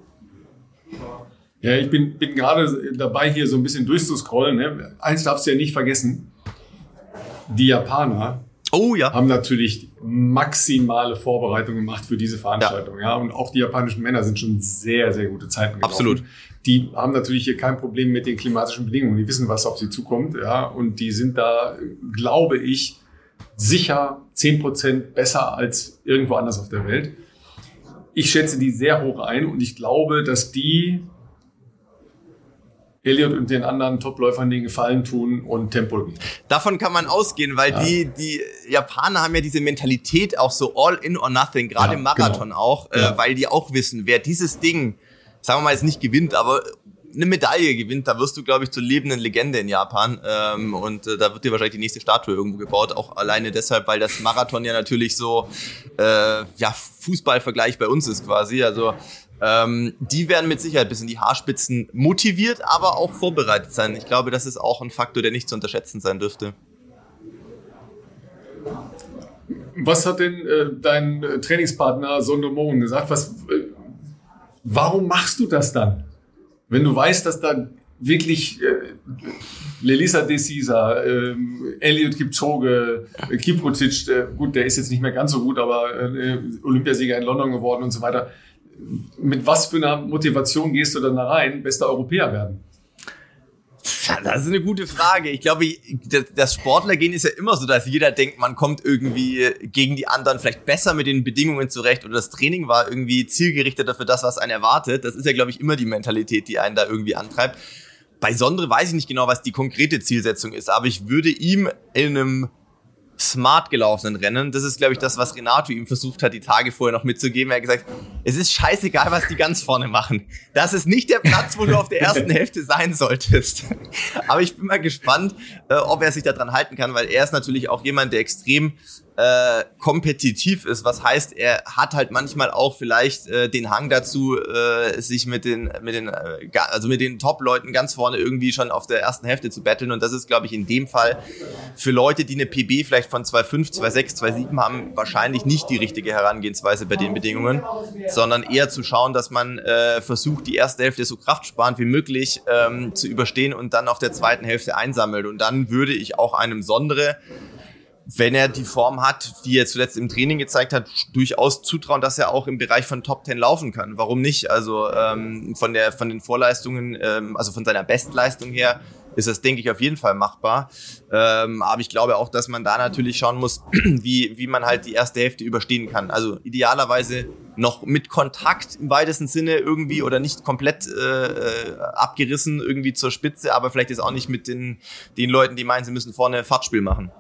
Ja, ich bin, bin gerade dabei, hier so ein bisschen durchzuscrollen. Ne? Eins darfst du ja nicht vergessen, die Japaner Oh ja. haben natürlich maximale Vorbereitungen gemacht für diese Veranstaltung. Ja. ja. Und auch die japanischen Männer sind schon sehr, sehr gute Zeiten gelaufen. Absolut. Die haben natürlich hier kein Problem mit den klimatischen Bedingungen. Die wissen, was auf sie zukommt. Ja. Und die sind da, glaube ich, sicher zehn Prozent besser als irgendwo anders auf der Welt. Ich schätze die sehr hoch ein und ich glaube, dass die Elliot und den anderen Topläufern den Gefallen tun und Tempo geben. Davon kann man ausgehen, weil ja. die, die Japaner haben ja diese Mentalität auch so all in or nothing, gerade ja, im Marathon genau. auch, äh, ja. weil die auch wissen, wer dieses Ding, sagen wir mal jetzt nicht gewinnt, aber eine Medaille gewinnt, da wirst du, glaube ich, zur lebenden Legende in Japan ähm, und äh, da wird dir wahrscheinlich die nächste Statue irgendwo gebaut, auch alleine deshalb, weil das Marathon ja natürlich so äh, ja Fußballvergleich bei uns ist quasi, also Ähm, die werden mit Sicherheit bis in die Haarspitzen motiviert, aber auch vorbereitet sein. Ich glaube, das ist auch ein Faktor, der nicht zu unterschätzen sein dürfte. Was hat denn äh, dein äh, Trainingspartner Sondermohn gesagt? Was, äh, warum machst du das dann? Wenn du weißt, dass da wirklich äh, Lelisa de Siza, äh, Elliot Kipchoge, äh, Kipruzic, äh, gut, der ist jetzt nicht mehr ganz so gut, aber äh, Olympiasieger in London geworden und so weiter. Mit was für einer Motivation gehst du dann da rein, bester Europäer werden? Das ist eine gute Frage. Ich glaube, das Sportlergehen ist ja immer so, dass jeder denkt, man kommt irgendwie gegen die anderen vielleicht besser mit den Bedingungen zurecht oder das Training war irgendwie zielgerichteter für das, was einen erwartet. Das ist ja, glaube ich, immer die Mentalität, die einen da irgendwie antreibt. bei Sondre weiß ich nicht genau, was die konkrete Zielsetzung ist, aber ich würde ihm in einem smart gelaufenen Rennen, das ist, glaube ich, das, was Renato ihm versucht hat, die Tage vorher noch mitzugeben. Er hat gesagt, es ist scheißegal, was die ganz vorne machen. Das ist nicht der Platz, wo du auf der ersten Hälfte sein solltest. Aber ich bin mal gespannt, äh, ob er sich daran halten kann, weil er ist natürlich auch jemand, der extrem äh, kompetitiv ist, was heißt, er hat halt manchmal auch vielleicht äh, den Hang dazu, äh, sich mit den mit den äh, also mit den Top-Leuten ganz vorne irgendwie schon auf der ersten Hälfte zu battlen, und das ist, glaube ich, in dem Fall für Leute, die eine P B vielleicht von zwei Komma fünf, zwei Komma sechs, zwei Komma sieben haben, wahrscheinlich nicht die richtige Herangehensweise bei den Bedingungen, sondern eher zu schauen, dass man äh, versucht, die erste Hälfte so kraftsparend wie möglich ähm, zu überstehen und dann auf der zweiten Hälfte einsammelt, und dann würde ich auch einem Sondre, wenn er die Form hat, die er zuletzt im Training gezeigt hat, durchaus zutrauen, dass er auch im Bereich von Top Ten laufen kann. Warum nicht? Also ähm, von der von den Vorleistungen, ähm, also von seiner Bestleistung her, ist das, denke ich, auf jeden Fall machbar. Ähm, aber ich glaube auch, dass man da natürlich schauen muss, wie wie man halt die erste Hälfte überstehen kann. Also idealerweise noch mit Kontakt im weitesten Sinne irgendwie oder nicht komplett äh, abgerissen irgendwie zur Spitze, aber vielleicht jetzt auch nicht mit den den Leuten, die meinen, sie müssen vorne Fahrtspiel machen.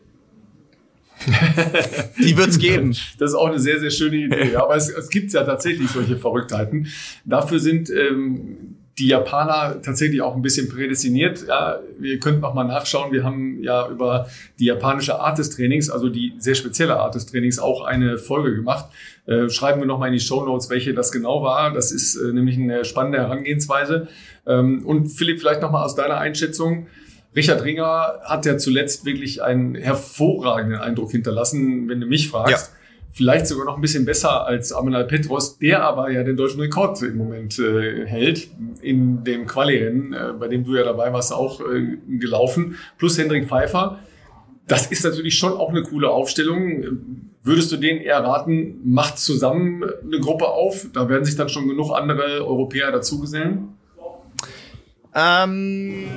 Die wird's geben. Das ist auch eine sehr, sehr schöne Idee. Ja, aber es, es gibt ja tatsächlich solche Verrücktheiten. Dafür sind ähm, die Japaner tatsächlich auch ein bisschen prädestiniert. Ja, wir könnten noch mal nachschauen. Wir haben ja über die japanische Art des Trainings, also die sehr spezielle Art des Trainings, auch eine Folge gemacht. Äh, schreiben wir noch mal in die Shownotes, welche das genau war. Das ist äh, nämlich eine spannende Herangehensweise. Ähm, und Philipp, vielleicht noch mal aus deiner Einschätzung. Richard Ringer hat ja zuletzt wirklich einen hervorragenden Eindruck hinterlassen, wenn du mich fragst. Ja. Vielleicht sogar noch ein bisschen besser als Amanal Petros, der aber ja den deutschen Rekord im Moment äh, hält in dem Quali-Rennen, äh, bei dem du ja dabei warst, auch äh, gelaufen. Plus Hendrik Pfeiffer. Das ist natürlich schon auch eine coole Aufstellung. Würdest du denen eher raten, macht zusammen eine Gruppe auf? Da werden sich dann schon genug andere Europäer dazugesellen? Ähm...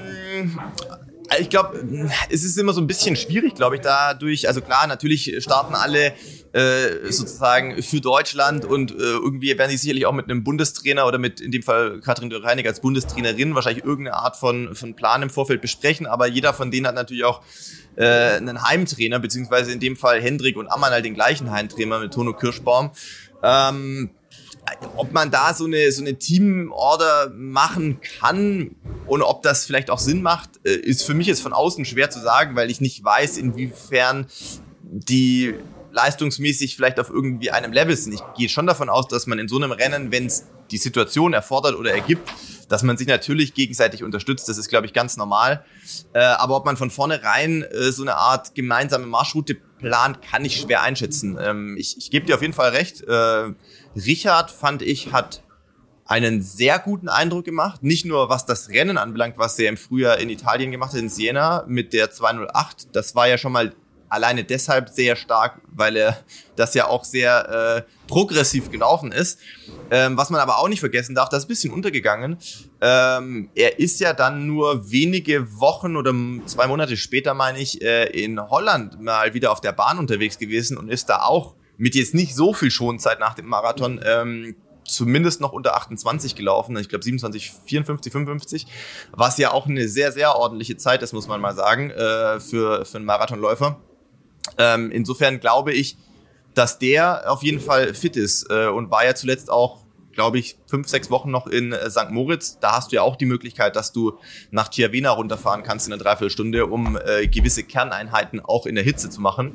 Ich glaube, es ist immer so ein bisschen schwierig, glaube ich, dadurch, also klar, natürlich starten alle äh, sozusagen für Deutschland und äh, irgendwie werden sie sicherlich auch mit einem Bundestrainer oder mit, in dem Fall Katrin Dürr-Reinig als Bundestrainerin, wahrscheinlich irgendeine Art von, von Plan im Vorfeld besprechen, aber jeder von denen hat natürlich auch äh, einen Heimtrainer, beziehungsweise in dem Fall Hendrik und Amanal den gleichen Heimtrainer mit Tono Kirschbaum. Ähm, Ob man da so eine, so eine Teamorder machen kann und ob das vielleicht auch Sinn macht, ist für mich jetzt von außen schwer zu sagen, weil ich nicht weiß, inwiefern die leistungsmäßig vielleicht auf irgendwie einem Level sind. Ich gehe schon davon aus, dass man in so einem Rennen, wenn es die Situation erfordert oder ergibt, dass man sich natürlich gegenseitig unterstützt. Das ist, glaube ich, ganz normal. Äh, aber ob man von vornherein äh, so eine Art gemeinsame Marschroute plant, kann ich schwer einschätzen. Ähm, ich ich gebe dir auf jeden Fall recht. Äh, Richard, fand ich, hat einen sehr guten Eindruck gemacht. Nicht nur, was das Rennen anbelangt, was er im Frühjahr in Italien gemacht hat, in Siena mit der zwei null acht. Das war ja schon mal alleine deshalb sehr stark, weil er das ja auch sehr äh, progressiv gelaufen ist. Ähm, was man aber auch nicht vergessen darf, das ist ein bisschen untergegangen. Ähm, er ist ja dann nur wenige Wochen oder zwei Monate später, meine ich, äh, in Holland mal wieder auf der Bahn unterwegs gewesen und ist da auch mit jetzt nicht so viel Schonzeit nach dem Marathon ähm, zumindest noch unter achtundzwanzig gelaufen. Ich glaube siebenundzwanzig, vierundfünfzig, fünfundfünfzig, was ja auch eine sehr, sehr ordentliche Zeit ist, muss man mal sagen, äh, für, für einen Marathonläufer. Ähm, insofern glaube ich, dass der auf jeden Fall fit ist äh, und war ja zuletzt auch, glaube ich, fünf, sechs Wochen noch in äh, Sankt Moritz. Da hast du ja auch die Möglichkeit, dass du nach Chiavenna runterfahren kannst in einer Dreiviertelstunde, um äh, gewisse Kerneinheiten auch in der Hitze zu machen.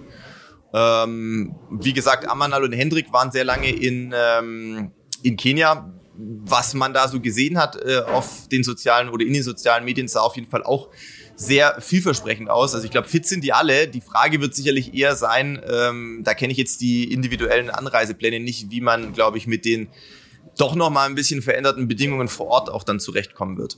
Ähm, wie gesagt, Amanal und Hendrik waren sehr lange in, ähm, in Kenia. Was man da so gesehen hat äh, auf den sozialen oder in den sozialen Medien, sah auf jeden Fall auch sehr vielversprechend aus. Also ich glaube, fit sind die alle. Die Frage wird sicherlich eher sein, ähm, da kenne ich jetzt die individuellen Anreisepläne nicht, wie man, glaube ich, mit den doch nochmal ein bisschen veränderten Bedingungen vor Ort auch dann zurechtkommen wird.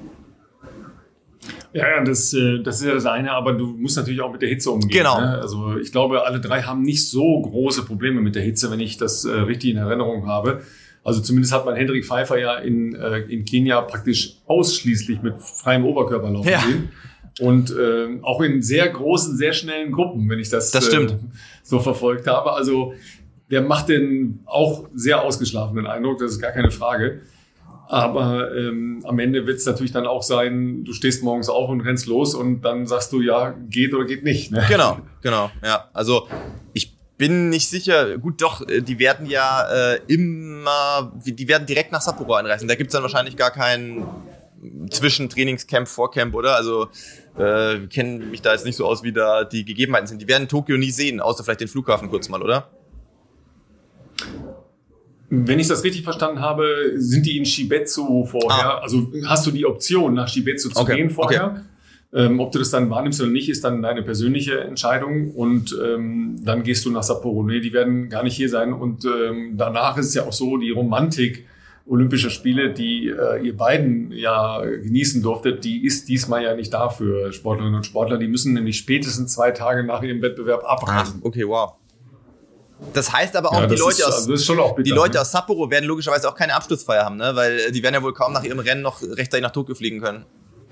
Ja, ja, das, das ist ja das eine, aber du musst natürlich auch mit der Hitze umgehen. Genau. Ne? Also ich glaube, alle drei haben nicht so große Probleme mit der Hitze, wenn ich das äh, richtig in Erinnerung habe. Also zumindest hat man Hendrik Pfeiffer ja in, äh, in Kenia praktisch ausschließlich mit freiem Oberkörper laufen ja. sehen. Und äh, auch in sehr großen, sehr schnellen Gruppen, wenn ich das, das stimmt. Äh, so verfolgt habe. Also der macht den auch sehr ausgeschlafenen Eindruck, das ist gar keine Frage. Aber ähm, am Ende wird es natürlich dann auch sein, du stehst morgens auf und rennst los und dann sagst du, ja, geht oder geht nicht. Ne? Genau, genau, ja. Also ich bin nicht sicher, gut doch, die werden ja äh, immer, die werden direkt nach Sapporo einreisen. Da gibt's dann wahrscheinlich gar kein Zwischentrainingscamp, Vorcamp, oder? Also äh, ich kenne mich da jetzt nicht so aus, wie da die Gegebenheiten sind. Die werden Tokio nie sehen, außer vielleicht den Flughafen kurz mal, oder? Wenn ich das richtig verstanden habe, sind die in Shibetsu vorher. Ah. Also hast du die Option, nach Shibetsu zu okay. gehen vorher. Okay. Ähm, ob du das dann wahrnimmst oder nicht, ist dann deine persönliche Entscheidung. Und ähm, dann gehst du nach Sapporo. Nee, die werden gar nicht hier sein. Und ähm, danach ist es ja auch so, die Romantik Olympischer Spiele, die äh, ihr beiden ja genießen durftet, die ist diesmal ja nicht da für Sportlerinnen und Sportler. Die müssen nämlich spätestens zwei Tage nach ihrem Wettbewerb abreisen. Ah, okay, wow. Das heißt aber auch, ja, die, Leute ist, aus, also das ist schon auch bitter, die Leute ne? aus Sapporo werden logischerweise auch keine Abschlussfeier haben, ne? Weil die werden ja wohl kaum nach ihrem Rennen noch rechtzeitig nach Tokio fliegen können.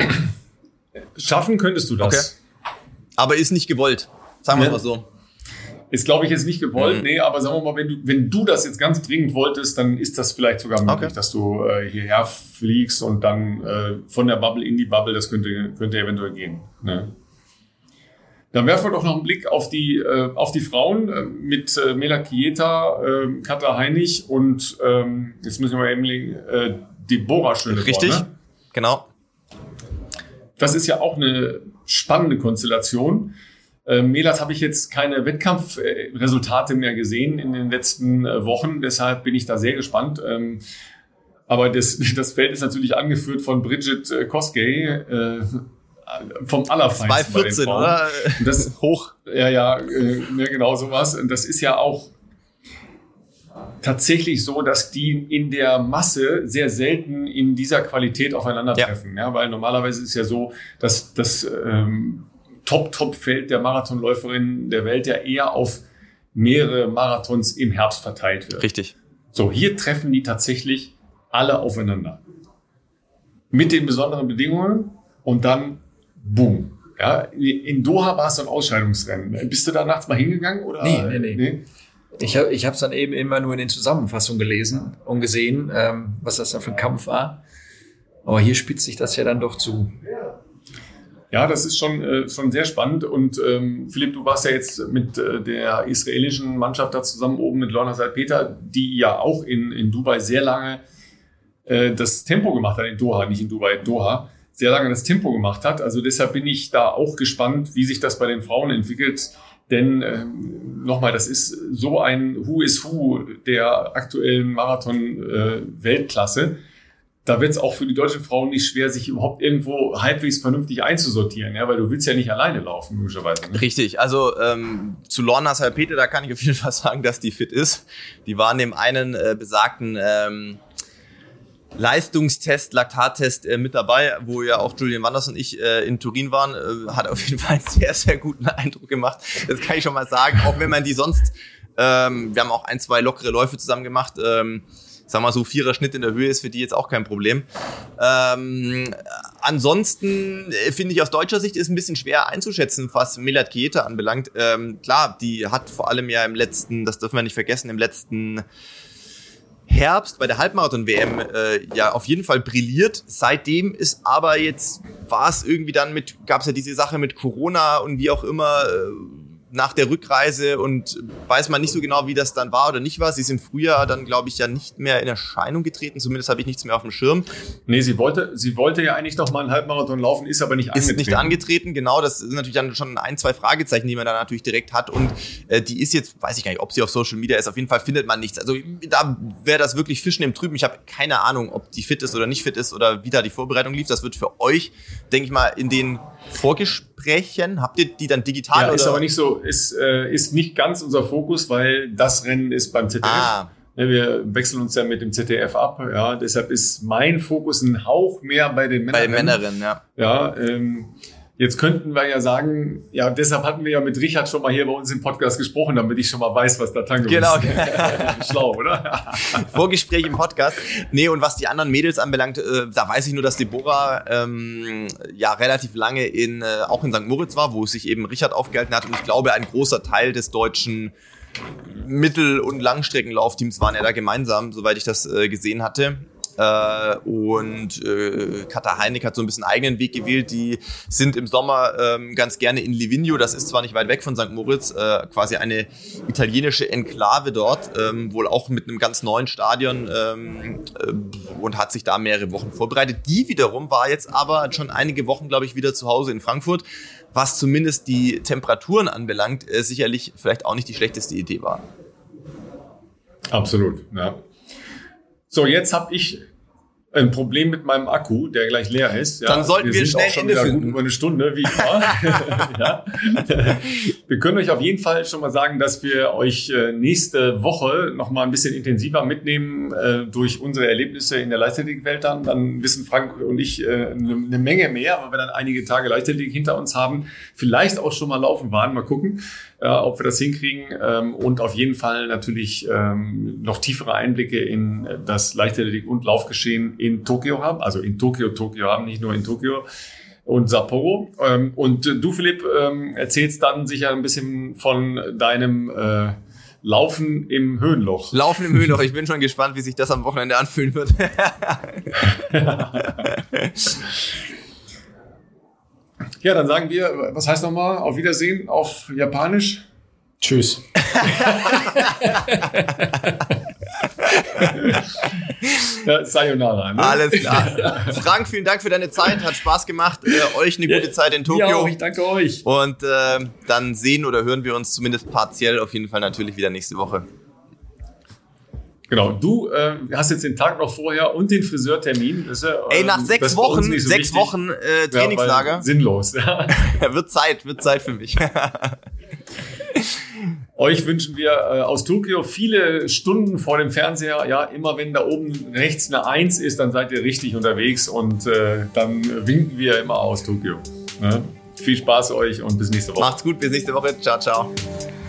Schaffen könntest du das. Okay. Aber ist nicht gewollt, sagen wir ja. mal so. Ist, glaube ich, jetzt nicht gewollt, mhm. nee, aber sagen wir mal, wenn du, wenn du das jetzt ganz dringend wolltest, dann ist das vielleicht sogar möglich, okay. dass du äh, hierher fliegst und dann äh, von der Bubble in die Bubble, das könnte, könnte eventuell gehen. Ne? Dann werfen wir doch noch einen Blick auf die, äh, auf die Frauen äh, mit äh, Melat Kieta, äh, Katra Heinig und ähm, jetzt müssen wir eben äh, Deborah Schöneborn. Richtig, ne? Genau. Das ist ja auch eine spannende Konstellation. Äh, Melat habe ich jetzt keine Wettkampfresultate mehr gesehen in den letzten äh, Wochen, deshalb bin ich da sehr gespannt. Ähm, aber das, das Feld ist natürlich angeführt von Bridget äh, Kosgei, äh, vom Allerfeinsten. zwei vierzehn, oder? Das, Hoch. Ja, ja, äh, ja, genau sowas. Und das ist ja auch tatsächlich so, dass die in der Masse sehr selten in dieser Qualität aufeinandertreffen. Ja. Ja, weil normalerweise ist es ja so, dass das ähm, Top-Top-Feld der Marathonläuferinnen der Welt ja eher auf mehrere Marathons im Herbst verteilt wird. Richtig. So, hier treffen die tatsächlich alle aufeinander. Mit den besonderen Bedingungen und dann boom. Ja, in Doha war es so ein Ausscheidungsrennen. Bist du da nachts mal hingegangen? Oder? Nee, nee, nee. nee? Ich habe ich es dann eben immer nur in den Zusammenfassungen gelesen und gesehen, ähm, was das da für ein Kampf war. Aber hier spitzt sich das ja dann doch zu. Ja, das ist schon, äh, schon sehr spannend. Und ähm, Philipp, du warst ja jetzt mit äh, der israelischen Mannschaft da zusammen oben mit Lorna Salpeter, die ja auch in, in Dubai sehr lange äh, das Tempo gemacht hat, in Doha, nicht in Dubai, in Doha. sehr lange das Tempo gemacht hat. Also deshalb bin ich da auch gespannt, wie sich das bei den Frauen entwickelt. Denn ähm, nochmal, das ist so ein Who is Who der aktuellen Marathon-Weltklasse. Äh, da wird es auch für die deutschen Frauen nicht schwer, sich überhaupt irgendwo halbwegs vernünftig einzusortieren. Ja, weil du willst ja nicht alleine laufen, möglicherweise. Ne? Richtig. Also ähm, zu Lorna Salpeter, da kann ich auf jeden Fall sagen, dass die fit ist. Die war in dem einen äh, besagten Ähm Leistungstest, Laktattest äh, mit dabei, wo ja auch Julian Wanders und ich äh, in Turin waren, äh, hat auf jeden Fall einen sehr, sehr guten Eindruck gemacht. Das kann ich schon mal sagen, auch wenn man die sonst, ähm, wir haben auch ein, zwei lockere Läufe zusammen gemacht, ähm, sagen wir mal so, vierer Schnitt in der Höhe ist für die jetzt auch kein Problem. Ähm, ansonsten äh, finde ich aus deutscher Sicht ist ein bisschen schwer einzuschätzen, was Melat Kieta anbelangt. Ähm, klar, die hat vor allem ja im letzten, das dürfen wir nicht vergessen, im letzten Herbst bei der Halbmarathon-W M äh, ja auf jeden Fall brilliert. Seitdem ist aber jetzt, war es irgendwie dann mit, gab es ja diese Sache mit Corona und wie auch immer äh, nach der Rückreise und weiß man nicht so genau, wie das dann war oder nicht war. Sie ist im Frühjahr dann, glaube ich, ja nicht mehr in Erscheinung getreten. Zumindest habe ich nichts mehr auf dem Schirm. Nee, sie wollte, sie wollte ja eigentlich noch mal einen Halbmarathon laufen, ist aber nicht angetreten. Ist nicht angetreten, genau. Das sind natürlich dann schon ein, zwei Fragezeichen, die man da natürlich direkt hat. Und äh, die ist jetzt, weiß ich gar nicht, ob sie auf Social Media ist. Auf jeden Fall findet man nichts. Also da wäre das wirklich Fischen im Trüben. Ich habe keine Ahnung, ob die fit ist oder nicht fit ist oder wie da die Vorbereitung lief. Das wird für euch, denke ich mal, in den Vorgesprächen, habt ihr die dann digital? Ja, oder? Ist aber nicht so, ist, äh, ist nicht ganz unser Fokus, weil das Rennen ist beim Z D F. Ah. Ja, wir wechseln uns ja mit dem Z D F ab. Ja, deshalb ist mein Fokus ein Hauch mehr bei den Männern. Bei den Männerinnen, ja. Ja, ähm, jetzt könnten wir ja sagen, ja, deshalb hatten wir ja mit Richard schon mal hier bei uns im Podcast gesprochen, damit ich schon mal weiß, was da Tango genau. ist. Genau. Schlau, oder? Vorgespräch im Podcast. Nee, und was die anderen Mädels anbelangt, äh, da weiß ich nur, dass Deborah ähm, ja relativ lange in äh, auch in Sankt Moritz war, wo sich eben Richard aufgehalten hat. Und ich glaube, ein großer Teil des deutschen Mittel- und Langstreckenlaufteams waren ja da gemeinsam, soweit ich das äh, gesehen hatte. Äh, und äh, Kata Heinig hat so ein bisschen eigenen Weg gewählt. Die sind im Sommer ähm, ganz gerne in Livigno. Das ist zwar nicht weit weg von Sankt Moritz, äh, quasi eine italienische Enklave dort, ähm, wohl auch mit einem ganz neuen Stadion ähm, äh, und hat sich da mehrere Wochen vorbereitet. Die wiederum war jetzt aber schon einige Wochen, glaube ich, wieder zu Hause in Frankfurt, was zumindest die Temperaturen anbelangt, äh, sicherlich vielleicht auch nicht die schlechteste Idee war. Absolut, ja. So, jetzt habe ich ein Problem mit meinem Akku, der gleich leer ist. Ja, dann sollten wir, wir sind schnell auch schon Ende wieder finden. Gut über eine Stunde, wie immer. Ja. Wir können euch auf jeden Fall schon mal sagen, dass wir euch nächste Woche noch mal ein bisschen intensiver mitnehmen äh, durch unsere Erlebnisse in der Leichtathletikwelt. Dann, dann wissen Frank und ich äh, eine, eine Menge mehr, weil wir dann einige Tage Leichtathletik hinter uns haben. Vielleicht auch schon mal laufen waren. Mal gucken, äh, ob wir das hinkriegen. Ähm, und auf jeden Fall natürlich ähm, noch tiefere Einblicke in das Leichtathletik- und Laufgeschehen in Tokio haben, also in Tokio, Tokio haben, nicht nur in Tokio und Sapporo. Und du, Philipp, erzählst dann sicher ein bisschen von deinem äh, Laufen im Höhenloch. Laufen im Höhenloch. Ich bin schon gespannt, wie sich das am Wochenende anfühlen wird. Ja, dann sagen wir, was heißt nochmal? Auf Wiedersehen auf Japanisch. Tschüss. Ja, Sayonara. Ne? Alles klar. Frank, vielen Dank für deine Zeit. Hat Spaß gemacht. Äh, euch eine gute Zeit in Tokio. Ja, auch, ich danke euch. Und äh, dann sehen oder hören wir uns zumindest partiell auf jeden Fall natürlich wieder nächste Woche. Genau, du äh, hast jetzt den Tag noch vorher und den Friseurtermin. Das ist ja, Ey, nach ähm, sechs Wochen, so sechs wichtig. Wochen äh, Trainingslager. Ja, sinnlos. Ja. Wird Zeit, wird Zeit für mich. Euch wünschen wir äh, aus Tokio viele Stunden vor dem Fernseher. Ja, immer wenn da oben rechts eine Eins ist, dann seid ihr richtig unterwegs und äh, dann winken wir immer aus Tokio. Ja? Viel Spaß euch und bis nächste Woche. Macht's gut, bis nächste Woche. Ciao, ciao.